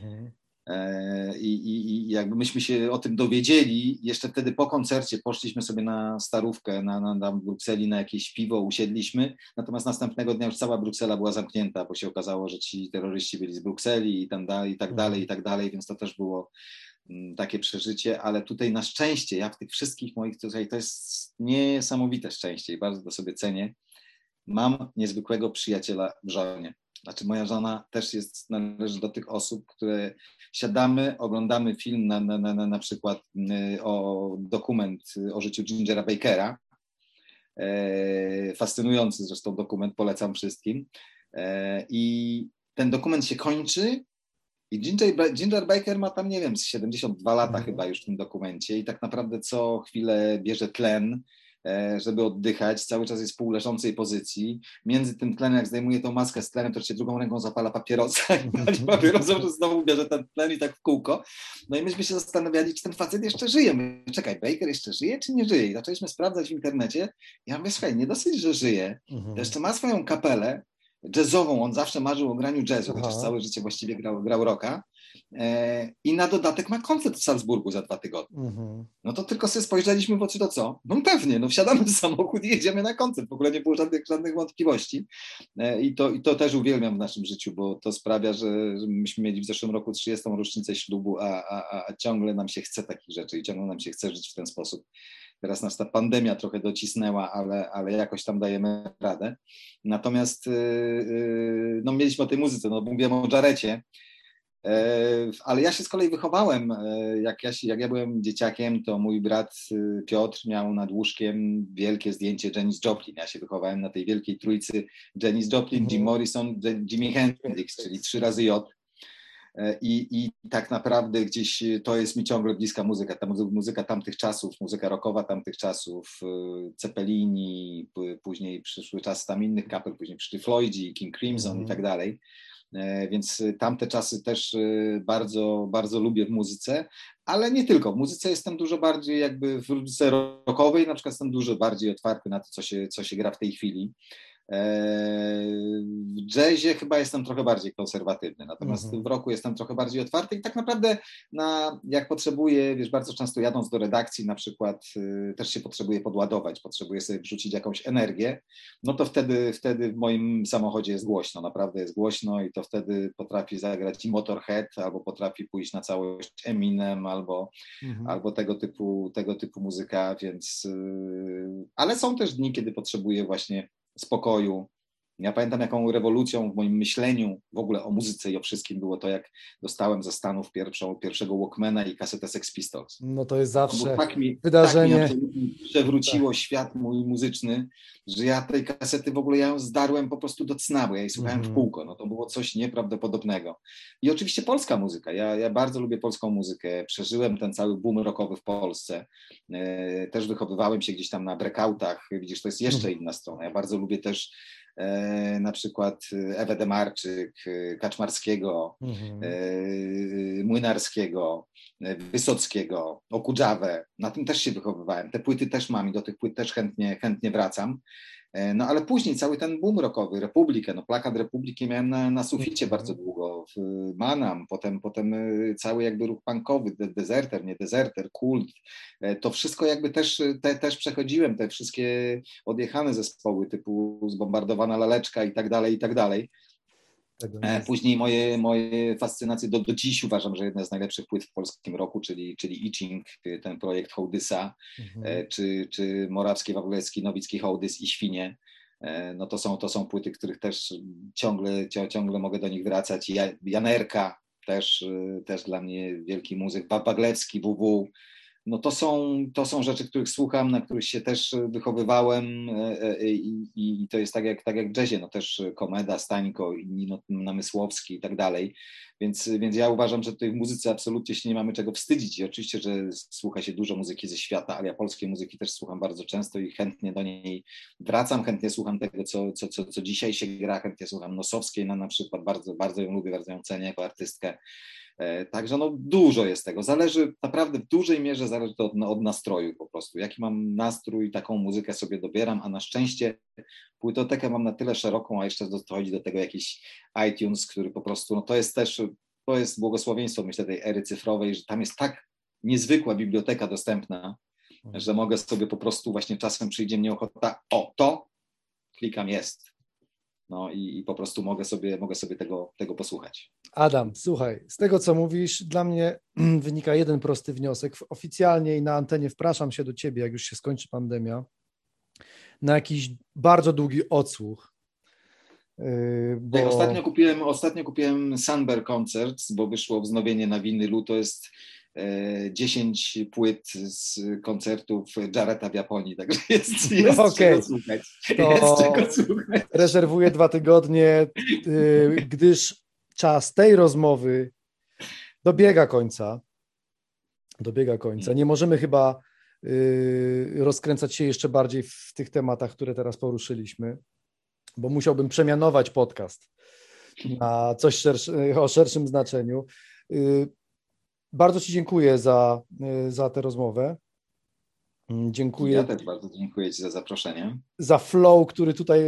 [SPEAKER 2] I jakby myśmy się o tym dowiedzieli, jeszcze wtedy po koncercie poszliśmy sobie na Starówkę na Brukseli, na jakieś piwo, usiedliśmy, natomiast następnego dnia już cała Bruksela była zamknięta, bo się okazało, że ci terroryści byli z Brukseli i tak dalej, więc to też było takie przeżycie, ale tutaj na szczęście, ja w tych wszystkich moich, tutaj to jest niesamowite szczęście i bardzo to sobie cenię, mam niezwykłego przyjaciela w żonie. Znaczy moja żona też należy do tych osób, które siadamy, oglądamy film na przykład dokument o życiu Gingera Bakera, fascynujący zresztą dokument, polecam wszystkim, i ten dokument się kończy i Ginger Baker ma tam, nie wiem, 72 lata chyba już w tym dokumencie i tak naprawdę co chwilę bierze tlen, żeby oddychać, cały czas jest w półleżącej pozycji. Między tym tlenem, jak zdejmuje tą maskę z tlenem, to się drugą ręką zapala papierosa i pali papierosa, że znowu bierze ten tlen i tak w kółko. No i myśmy się zastanawiali, czy ten facet jeszcze żyje. My, czekaj, Baker jeszcze żyje, czy nie żyje? I zaczęliśmy sprawdzać w internecie. Ja mówię, słuchaj, nie dosyć, że żyje, to jeszcze ma swoją kapelę jazzową. On zawsze marzył o graniu jazzu, chociaż całe życie właściwie grał rocka. I na dodatek ma koncert w Salzburgu za 2 tygodnie. No to tylko sobie spojrzeliśmy w oczy, to co? No pewnie, no wsiadamy w samochód i jedziemy na koncert. W ogóle nie było żadnych wątpliwości. I to też uwielbiam w naszym życiu, bo to sprawia, że myśmy mieli w zeszłym roku 30. rocznicę ślubu, a ciągle nam się chce takich rzeczy i ciągle nam się chce żyć w ten sposób. Teraz nas ta pandemia trochę docisnęła, ale jakoś tam dajemy radę. Natomiast no, mieliśmy o tej muzyce, no mówiłem o Jarecie, ale ja się z kolei wychowałem, jak ja byłem dzieciakiem, to mój brat Piotr miał nad łóżkiem wielkie zdjęcie Janis Joplin. Ja się wychowałem na tej wielkiej trójcy Janis Joplin, Jim Morrison, Jimi Hendrix, czyli 3 razy J. I tak naprawdę gdzieś to jest mi ciągle bliska muzyka, ta muzyka tamtych czasów, muzyka rockowa tamtych czasów, Cepelini, później przyszły czasy tam innych kapel, później przyszli Floydzi, King Crimson i tak dalej. Więc tamte czasy też bardzo, bardzo lubię w muzyce, ale nie tylko. W muzyce jestem dużo bardziej jakby w muzyce rockowej, na przykład jestem dużo bardziej otwarty na to, co się gra w tej chwili. W jazzie chyba jestem trochę bardziej konserwatywny, natomiast w rocku jestem trochę bardziej otwarty i tak naprawdę jak potrzebuję, wiesz, bardzo często jadąc do redakcji na przykład też się potrzebuję podładować, potrzebuję sobie wrzucić jakąś energię, no to wtedy w moim samochodzie jest głośno, naprawdę jest głośno i to wtedy potrafi zagrać i Motorhead, albo potrafi pójść na całość Eminem, albo tego typu muzyka, więc ale są też dni, kiedy potrzebuję właśnie spokoju. Ja pamiętam, jaką rewolucją w moim myśleniu w ogóle o muzyce i o wszystkim było to, jak dostałem ze Stanów pierwszego Walkmana i kasetę Sex Pistols.
[SPEAKER 1] No to jest zawsze
[SPEAKER 2] wydarzenie.
[SPEAKER 1] Tak
[SPEAKER 2] mi przewróciło świat mój muzyczny, że ja tej kasety w ogóle ja ją zdarłem po prostu do cna, bo ja jej słuchałem w kółko. No to było coś nieprawdopodobnego. I oczywiście polska muzyka. Ja bardzo lubię polską muzykę. Przeżyłem ten cały boom rockowy w Polsce. Też wychowywałem się gdzieś tam na breakoutach. Widzisz, to jest jeszcze inna strona. Ja bardzo lubię też na przykład Ewę Demarczyk, Kaczmarskiego, Młynarskiego, Wysockiego, Okudżawę. Na tym też się wychowywałem. Te płyty też mam i do tych płyt też chętnie wracam. No ale później cały ten boom rockowy, Republikę, no plakat Republiki miałem na suficie bardzo długo, w Manam, potem cały jakby ruch punkowy, Deserter, nie Deserter, Kult, to wszystko jakby też przechodziłem, te wszystkie odjechane zespoły typu Zbombardowana Laleczka i tak dalej. Później moje fascynacje do dziś uważam, że jedna z najlepszych płyt w polskim roku, czyli Itching, ten projekt Hołdysa, czy Morawski, Wawlewski, Nowicki, Hołdys i Świnie. No to są płyty, których też ciągle mogę do nich wracać. Janerka też dla mnie wielki muzyk, Baglewski, WW. No to są rzeczy, których słucham, na których się też wychowywałem i to jest tak jak w jazzie, no też Komeda, Stańko, inni, Namysłowski i tak dalej, więc ja uważam, że tutaj w muzyce absolutnie się nie mamy czego wstydzić i oczywiście, że słucha się dużo muzyki ze świata, ale ja polskiej muzyki też słucham bardzo często i chętnie do niej wracam, chętnie słucham tego, co dzisiaj się gra, chętnie słucham Nosowskiej na przykład, bardzo, bardzo ją lubię, bardzo ją cenię jako artystkę. Także no dużo jest tego. Zależy, naprawdę w dużej mierze zależy to od nastroju po prostu. Jaki mam nastrój, taką muzykę sobie dobieram, a na szczęście płytotekę mam na tyle szeroką, a jeszcze dochodzi do tego jakiś iTunes, który po prostu, no to jest błogosławieństwo, myślę, tej ery cyfrowej, że tam jest tak niezwykła biblioteka dostępna, że mogę sobie po prostu właśnie czasem przyjdzie mnie ochota, klikam jest. No i po prostu mogę sobie tego posłuchać.
[SPEAKER 1] Adam, słuchaj, z tego co mówisz, dla mnie wynika jeden prosty wniosek. Oficjalnie i na antenie wpraszam się do ciebie, jak już się skończy pandemia, na jakiś bardzo długi odsłuch.
[SPEAKER 2] Bo... Tak, ostatnio kupiłem Sunbear Concerts, bo wyszło wznowienie na winylu, to jest 10 płyt z koncertów Jareta w Japonii, także jest czego słuchać.
[SPEAKER 1] Rezerwuję 2 tygodnie, gdyż czas tej rozmowy dobiega końca. Nie możemy chyba rozkręcać się jeszcze bardziej w tych tematach, które teraz poruszyliśmy, bo musiałbym przemianować podcast na coś o szerszym znaczeniu. Bardzo Ci dziękuję za tę rozmowę. Dziękuję.
[SPEAKER 2] Ja też bardzo dziękuję Ci za zaproszenie.
[SPEAKER 1] Za flow, który tutaj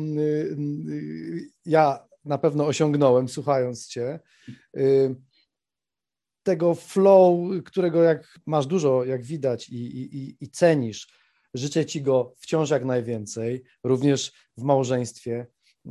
[SPEAKER 1] ja na pewno osiągnąłem, słuchając Cię. Tego flow, którego jak masz dużo, jak widać i cenisz. Życzę Ci go wciąż jak najwięcej, również w małżeństwie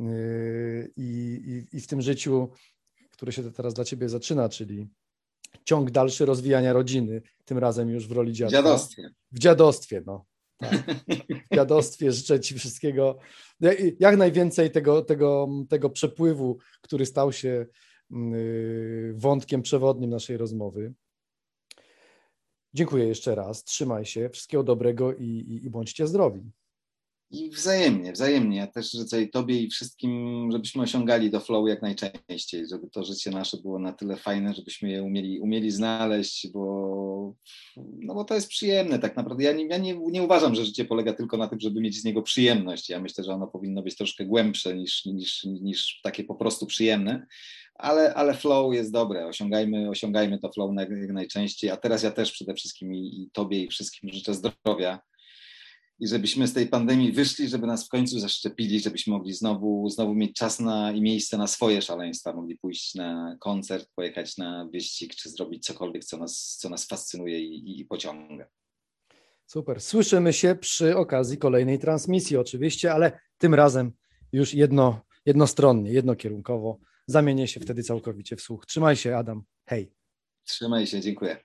[SPEAKER 1] i w tym życiu, które się teraz dla Ciebie zaczyna, czyli ciąg dalszy rozwijania rodziny, tym razem już w roli dziadka.
[SPEAKER 2] W dziadostwie.
[SPEAKER 1] W dziadostwie, no. Tak. W dziadostwie życzę Ci wszystkiego, jak najwięcej tego przepływu, który stał się wątkiem przewodnim naszej rozmowy. Dziękuję jeszcze raz, trzymaj się, wszystkiego dobrego i bądźcie zdrowi.
[SPEAKER 2] I wzajemnie. Ja też życzę i Tobie i wszystkim, żebyśmy osiągali do flow jak najczęściej, żeby to życie nasze było na tyle fajne, żebyśmy je umieli znaleźć, bo to jest przyjemne tak naprawdę. Ja nie uważam, że życie polega tylko na tym, żeby mieć z niego przyjemność. Ja myślę, że ono powinno być troszkę głębsze niż takie po prostu przyjemne, ale flow jest dobre. Osiągajmy to flow jak najczęściej, a teraz ja też przede wszystkim i Tobie i wszystkim życzę zdrowia. I żebyśmy z tej pandemii wyszli, żeby nas w końcu zaszczepili, żebyśmy mogli znowu mieć czas i miejsce na swoje szaleństwa, mogli pójść na koncert, pojechać na wyścig, czy zrobić cokolwiek, co nas fascynuje i pociąga.
[SPEAKER 1] Super. Słyszymy się przy okazji kolejnej transmisji oczywiście, ale tym razem już jednostronnie, jednokierunkowo. Zamienię się wtedy całkowicie w słuch. Trzymaj się, Adam. Hej.
[SPEAKER 2] Trzymaj się, dziękuję.